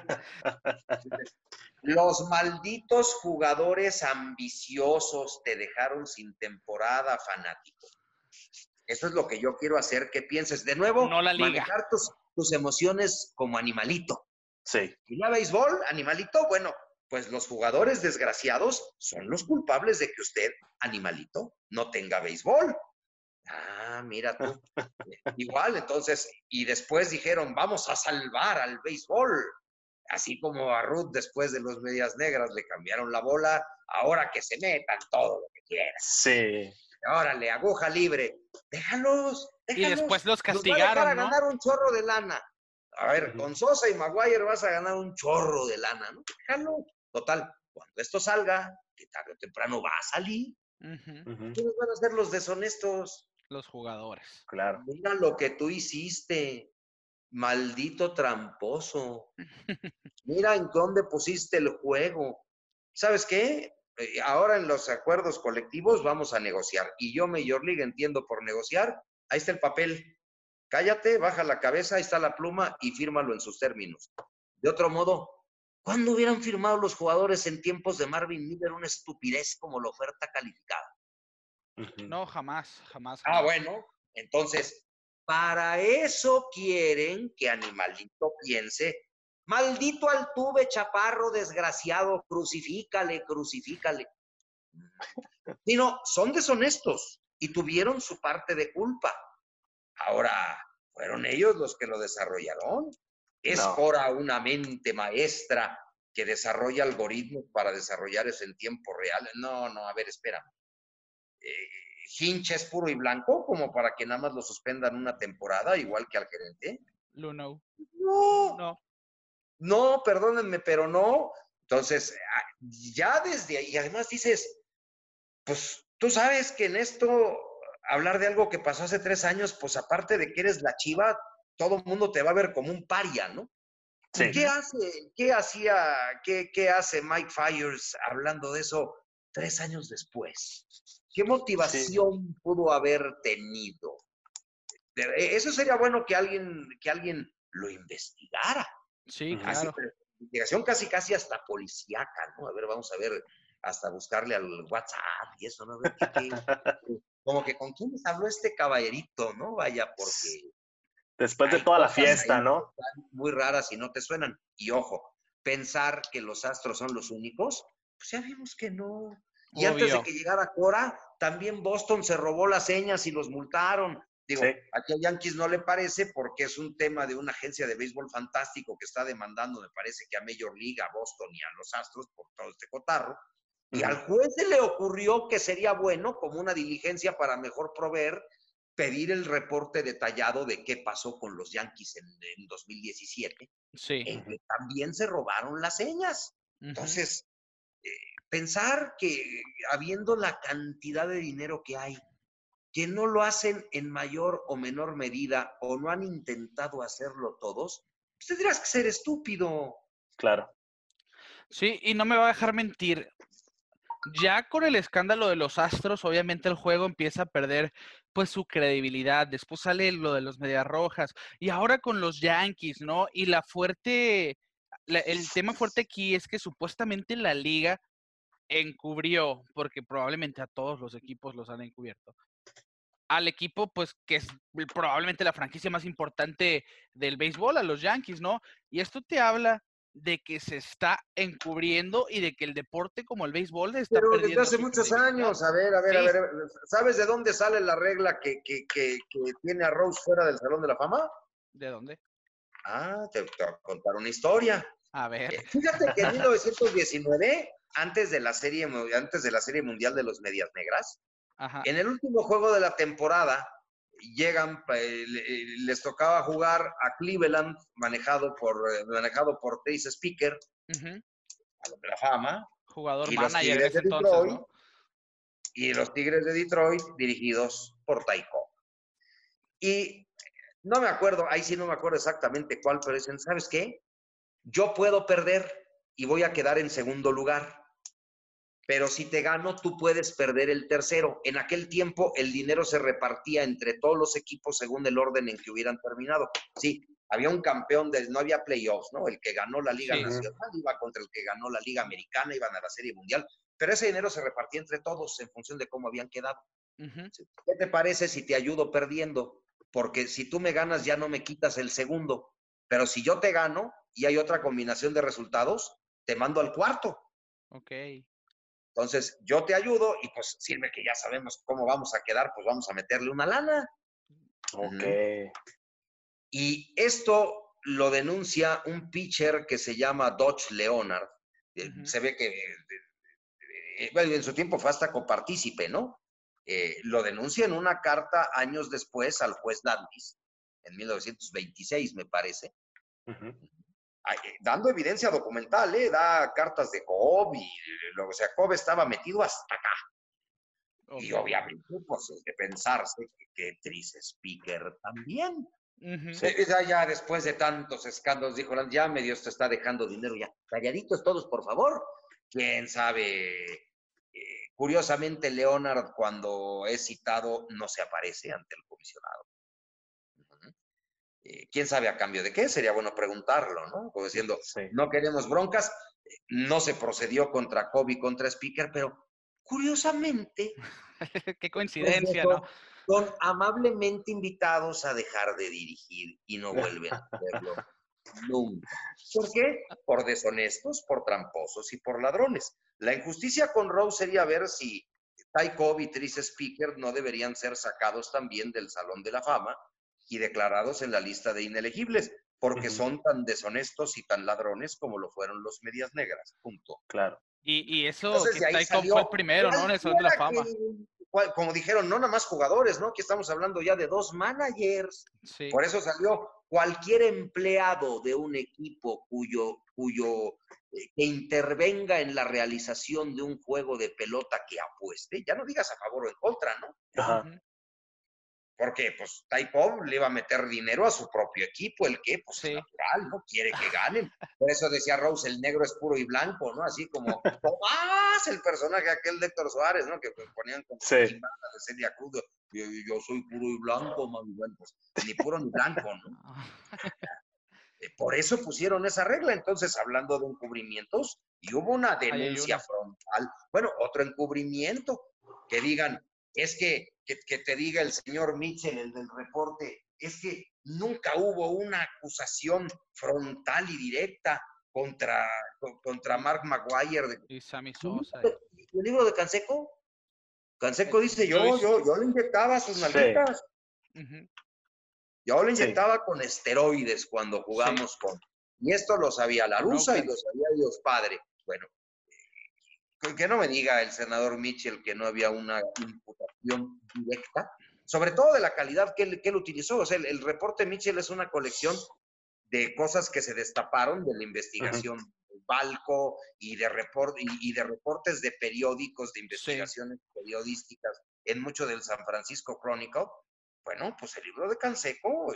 Los malditos jugadores ambiciosos te dejaron sin temporada, fanático. Eso es lo que yo quiero hacer que pienses. De nuevo, no la liga. Manejar tus emociones como animalito. Sí. ¿Y la béisbol, animalito? Bueno, pues los jugadores desgraciados son los culpables de que usted, animalito, no tenga béisbol. Ah, mira tú. Igual, entonces, y después dijeron, vamos a salvar al béisbol. Así como a Ruth después de los Medias Negras le cambiaron la bola, ahora que se metan todo lo que quieran. Sí. Órale, aguja libre. Déjalos. Y después los castigaron, nos va a dejar ¿no? ganar un chorro de lana. A ver, con Sosa y Maguire vas a ganar un chorro de lana, ¿no? Déjalo. Total, cuando esto salga, que tarde o temprano va a salir, Ujú. ¿Quiénes van a ser los deshonestos? Los jugadores. Claro. Mira lo que tú hiciste, maldito tramposo. Mira en dónde pusiste el juego. ¿Sabes qué? Ahora en los acuerdos colectivos vamos a negociar. Y yo, Major League, entiendo por negociar. Ahí está el papel. Cállate, baja la cabeza, ahí está la pluma y fírmalo en sus términos. De otro modo, ¿cuándo hubieran firmado los jugadores en tiempos de Marvin Miller una estupidez como la oferta calificada? Ujú. No, jamás, jamás, Ah, jamás. bueno, entonces, para eso quieren que Animalito piense, maldito Altuve, chaparro, desgraciado, crucifícale, crucifícale. Sino, son deshonestos y tuvieron su parte de culpa. Ahora, ¿fueron ellos los que lo desarrollaron? ¿Es No. Cora una mente maestra que desarrolla algoritmos para desarrollar eso en tiempo real? No, no, a ver, espera. Hinch es puro y blanco como para que nada más lo suspendan una temporada, igual que al gerente. Luno. No, No. no, perdónenme, pero no. Entonces, ya desde ahí, y además dices, pues tú sabes que en esto, hablar de algo que pasó hace 3 años, pues aparte de que eres la chiva, todo el mundo te va a ver como un paria, ¿no? Sí. ¿Qué hace Mike Fiers hablando de eso 3 años después? ¿Qué motivación pudo haber tenido? Eso sería bueno que alguien lo investigara. Sí, Ujú. Así, claro. pero investigación casi hasta policíaca, ¿no? A ver, vamos a ver, hasta buscarle al WhatsApp y eso, ¿no? A ver como que con quién les habló este caballerito, ¿no? Vaya, porque Después de hay toda la cosas fiesta, ahí ¿no? que están muy raras y no te suenan. Y ojo, pensar que los Astros son los únicos, pues ya vimos que no. Y antes de Obvio. que llegara Cora, también Boston se robó las señas y los multaron. Digo, Sí. aquí a Yankees no le parece porque es un tema de una agencia de béisbol fantástico que está demandando, me parece que a Major League, a Boston y a los Astros por todo este cotarro. Y al juez se le ocurrió que sería bueno, como una diligencia para mejor proveer, pedir el reporte detallado de qué pasó con los Yankees en 2017, Sí. en que también se robaron las señas. Ujú. Entonces, pensar que habiendo la cantidad de dinero que hay, que no lo hacen en mayor o menor medida o no han intentado hacerlo todos, pues tendrías que ser estúpido. Claro. Sí, y no me va a dejar mentir. Ya con el escándalo de los Astros, obviamente el juego empieza a perder pues su credibilidad. Después sale lo de los Medias Rojas y ahora con los Yankees, ¿no? Y el tema fuerte aquí es que supuestamente la liga encubrió, porque probablemente a todos los equipos los han encubierto, al equipo pues que es probablemente la franquicia más importante del béisbol, a los Yankees, ¿no? Y esto te habla de que se está encubriendo y de que el deporte como el béisbol está Pero desde perdiendo hace su muchos credibilidad. años, a ver, Sí. ¿sabes de dónde sale la regla que tiene a Rose fuera del Salón de la Fama? ¿De dónde? Ah, te voy a contar una historia. A ver. Fíjate que en 1919, antes de la serie mundial de los Medias Negras, Ajá. en el último juego de la temporada, les tocaba jugar a Cleveland, manejado por Trace Speaker, Uh-huh. Salón de la Fama, Jugador y los manager en Tigres ese de entonces, Detroit, ¿no? dirigidos por Ty Cobb. Y no me acuerdo, ahí sí no me acuerdo exactamente cuál, pero dicen, ¿sabes qué? Yo puedo perder y voy a quedar en segundo lugar. Pero si te gano, tú puedes perder el tercero. En aquel tiempo, el dinero se repartía entre todos los equipos según el orden en que hubieran terminado. Sí, había un campeón, no había playoffs, ¿no? El que ganó la Liga Sí. Nacional iba contra el que ganó la Liga Americana, iban a la Serie Mundial, pero ese dinero se repartía entre todos en función de cómo habían quedado. Uh-huh. ¿Qué te parece si te ayudo perdiendo? Porque si tú me ganas, ya no me quitas el segundo, pero si yo te gano y hay otra combinación de resultados, te mando al cuarto. Ok. Entonces, yo te ayudo y pues sirve que ya sabemos cómo vamos a quedar, pues vamos a meterle una lana. Ok. Y esto lo denuncia un pitcher que se llama Dodge Leonard. Se ve que, bueno, en su tiempo fue hasta copartícipe, ¿no? Lo denuncia en una carta años después al juez Landis, en 1926, me parece. Dando evidencia documental, da cartas de Cobb y luego, o sea, Cobb estaba metido hasta acá. Y Ok. obviamente, pues es de pensarse que Tris Speaker también. Ujú. Ya después de tantos escándalos, dijo, ya medio te está dejando dinero, ya. Calladitos todos, por favor. Quién sabe. Curiosamente, Leonard, cuando es citado, no se aparece ante el comisionado. ¿Quién sabe a cambio de qué? Sería bueno preguntarlo, ¿no? Como diciendo, Sí. no queremos broncas, no se procedió contra Kobe, contra Speaker, pero curiosamente, Qué después de coincidencia, ¿no? eso, son amablemente invitados a dejar de dirigir y no vuelven a hacerlo nunca. ¿Por qué? Por deshonestos, por tramposos y por ladrones. La injusticia con Rose sería ver si Ty Cobb y Tris Speaker no deberían ser sacados también del Salón de la Fama y declarados en la lista de inelegibles, porque son tan deshonestos y tan ladrones como lo fueron los Medias Negras. Punto. Claro. Y eso Entonces que de ahí Ty Cobb salió fue el primero, ¿no? En el Salón de la cualquiera Fama. como dijeron, no nada más jugadores, ¿no? Aquí estamos hablando ya de 2 managers. Sí. Por eso salió cualquier empleado de un equipo que intervenga en la realización de un juego de pelota que apueste, ya no digas a favor o en contra, ¿no? Ajá. Ujú. Porque, pues, Ty Cobb le iba a meter dinero a su propio equipo, el que, pues, Sí. es natural, ¿no? Quiere que ganen. Por eso decía Rose, el negro es puro y blanco, ¿no? Así como Tomás, el personaje aquel de Héctor Suárez, ¿no? Que ponían como Sí. chimbadas de Celia Cruz. Yo soy puro y blanco, mami. Bueno, pues, ni puro ni blanco, ¿no? Por eso pusieron esa regla. Entonces, hablando de encubrimientos, y hubo una Ahí hay denuncia uno. frontal. Bueno, otro encubrimiento, que digan, es que te diga el señor Mitchell, el del reporte, es que nunca hubo una acusación frontal y directa contra Mark Maguire. Y Sammy Sosa. ¿El libro de Canseco? Canseco dice, Yo yo le inyectaba sus Sí. nalguitas. Ujú. Yo le Sí. inyectaba con esteroides cuando jugamos con... Y esto lo sabía la Con Rusa y Oakland. lo sabía Dios Padre. Bueno, que no me diga el senador Mitchell que no había una imputación directa, sobre todo de la calidad que él utilizó. O sea, el reporte Mitchell es una colección de cosas que se destaparon de la investigación Balco y de reportes de periódicos, de Sí. investigaciones periodísticas en mucho del San Francisco Chronicle. Bueno, pues el libro de Canseco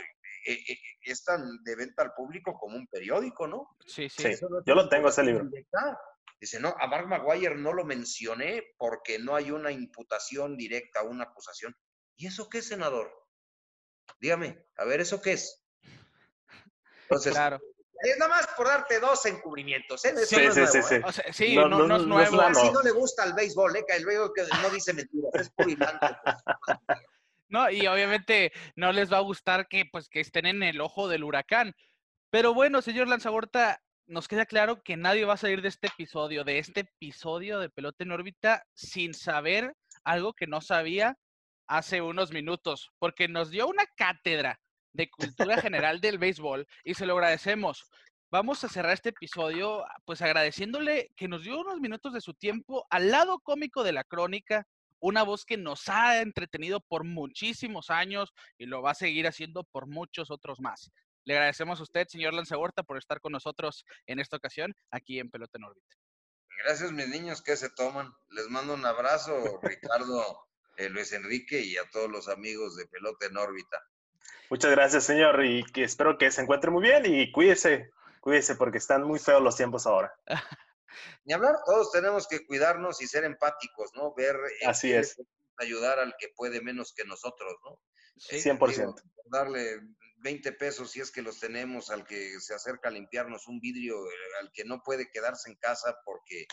es tan de venta al público como un periódico, ¿no? Sí, sí. Sí. Eso no es Yo una lo tengo ese imputación libro. directa. Dice, no, a Mark Maguire no lo mencioné porque no hay una imputación directa, una acusación. ¿Y eso qué es, senador? Dígame, a ver, ¿eso qué es? Entonces, Claro. es nada más por darte 2 encubrimientos, ¿eh? Eso Sí, no es nuevo, ¿eh? O sea, sí, No, no es nuevo. nada Así nuevo. no le gusta al béisbol, ¿eh? Que el béisbol que no dice mentiras, es puro y blanco. Pues. No, y obviamente no les va a gustar que estén en el ojo del huracán. Pero bueno, señor Lanzagorta, nos queda claro que nadie va a salir de este episodio de Pelota en órbita, sin saber algo que no sabía hace unos minutos, porque nos dio una cátedra de cultura general del béisbol y se lo agradecemos. Vamos a cerrar este episodio pues agradeciéndole que nos dio unos minutos de su tiempo al lado cómico de la crónica, una voz que nos ha entretenido por muchísimos años y lo va a seguir haciendo por muchos otros más. Le agradecemos a usted, señor Lanzagorta, por estar con nosotros en esta ocasión aquí en Pelota en órbita. Gracias, mis niños, que se toman. Les mando un abrazo, Ricardo, Luis Enrique y a todos los amigos de Pelota en órbita. Muchas gracias, señor, y que espero que se encuentre muy bien y cuídese porque están muy feos los tiempos ahora. Ni hablar, todos tenemos que cuidarnos y ser empáticos, ¿no? Ver en Así qué es. le podemos ayudar al que puede menos que nosotros, ¿no? Sí. 100%. Darle 20 pesos si es que los tenemos al que se acerca a limpiarnos un vidrio, al que no puede quedarse en casa porque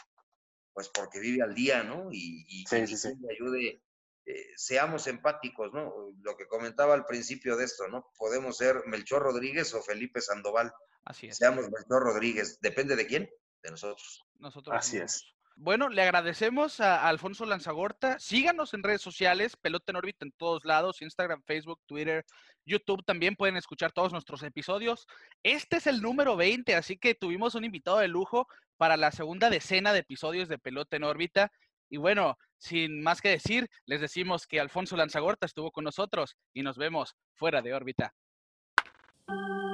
vive al día, ¿no? Y Sí. quien le ayude, seamos empáticos, ¿no? Lo que comentaba al principio de esto, ¿no? Podemos ser Melchor Rodríguez o Felipe Sandoval. Así es. Seamos Melchor Rodríguez. ¿Depende de quién? De nosotros. Nosotros Así mismos. es. Bueno, le agradecemos a Alfonso Lanzagorta. Síganos en redes sociales, Pelota en órbita en todos lados, Instagram, Facebook, Twitter, YouTube. También pueden escuchar todos nuestros episodios. Este es el número 20, así que tuvimos un invitado de lujo para la segunda decena de episodios de Pelota en órbita. Y bueno, sin más que decir, les decimos que Alfonso Lanzagorta estuvo con nosotros y nos vemos fuera de órbita.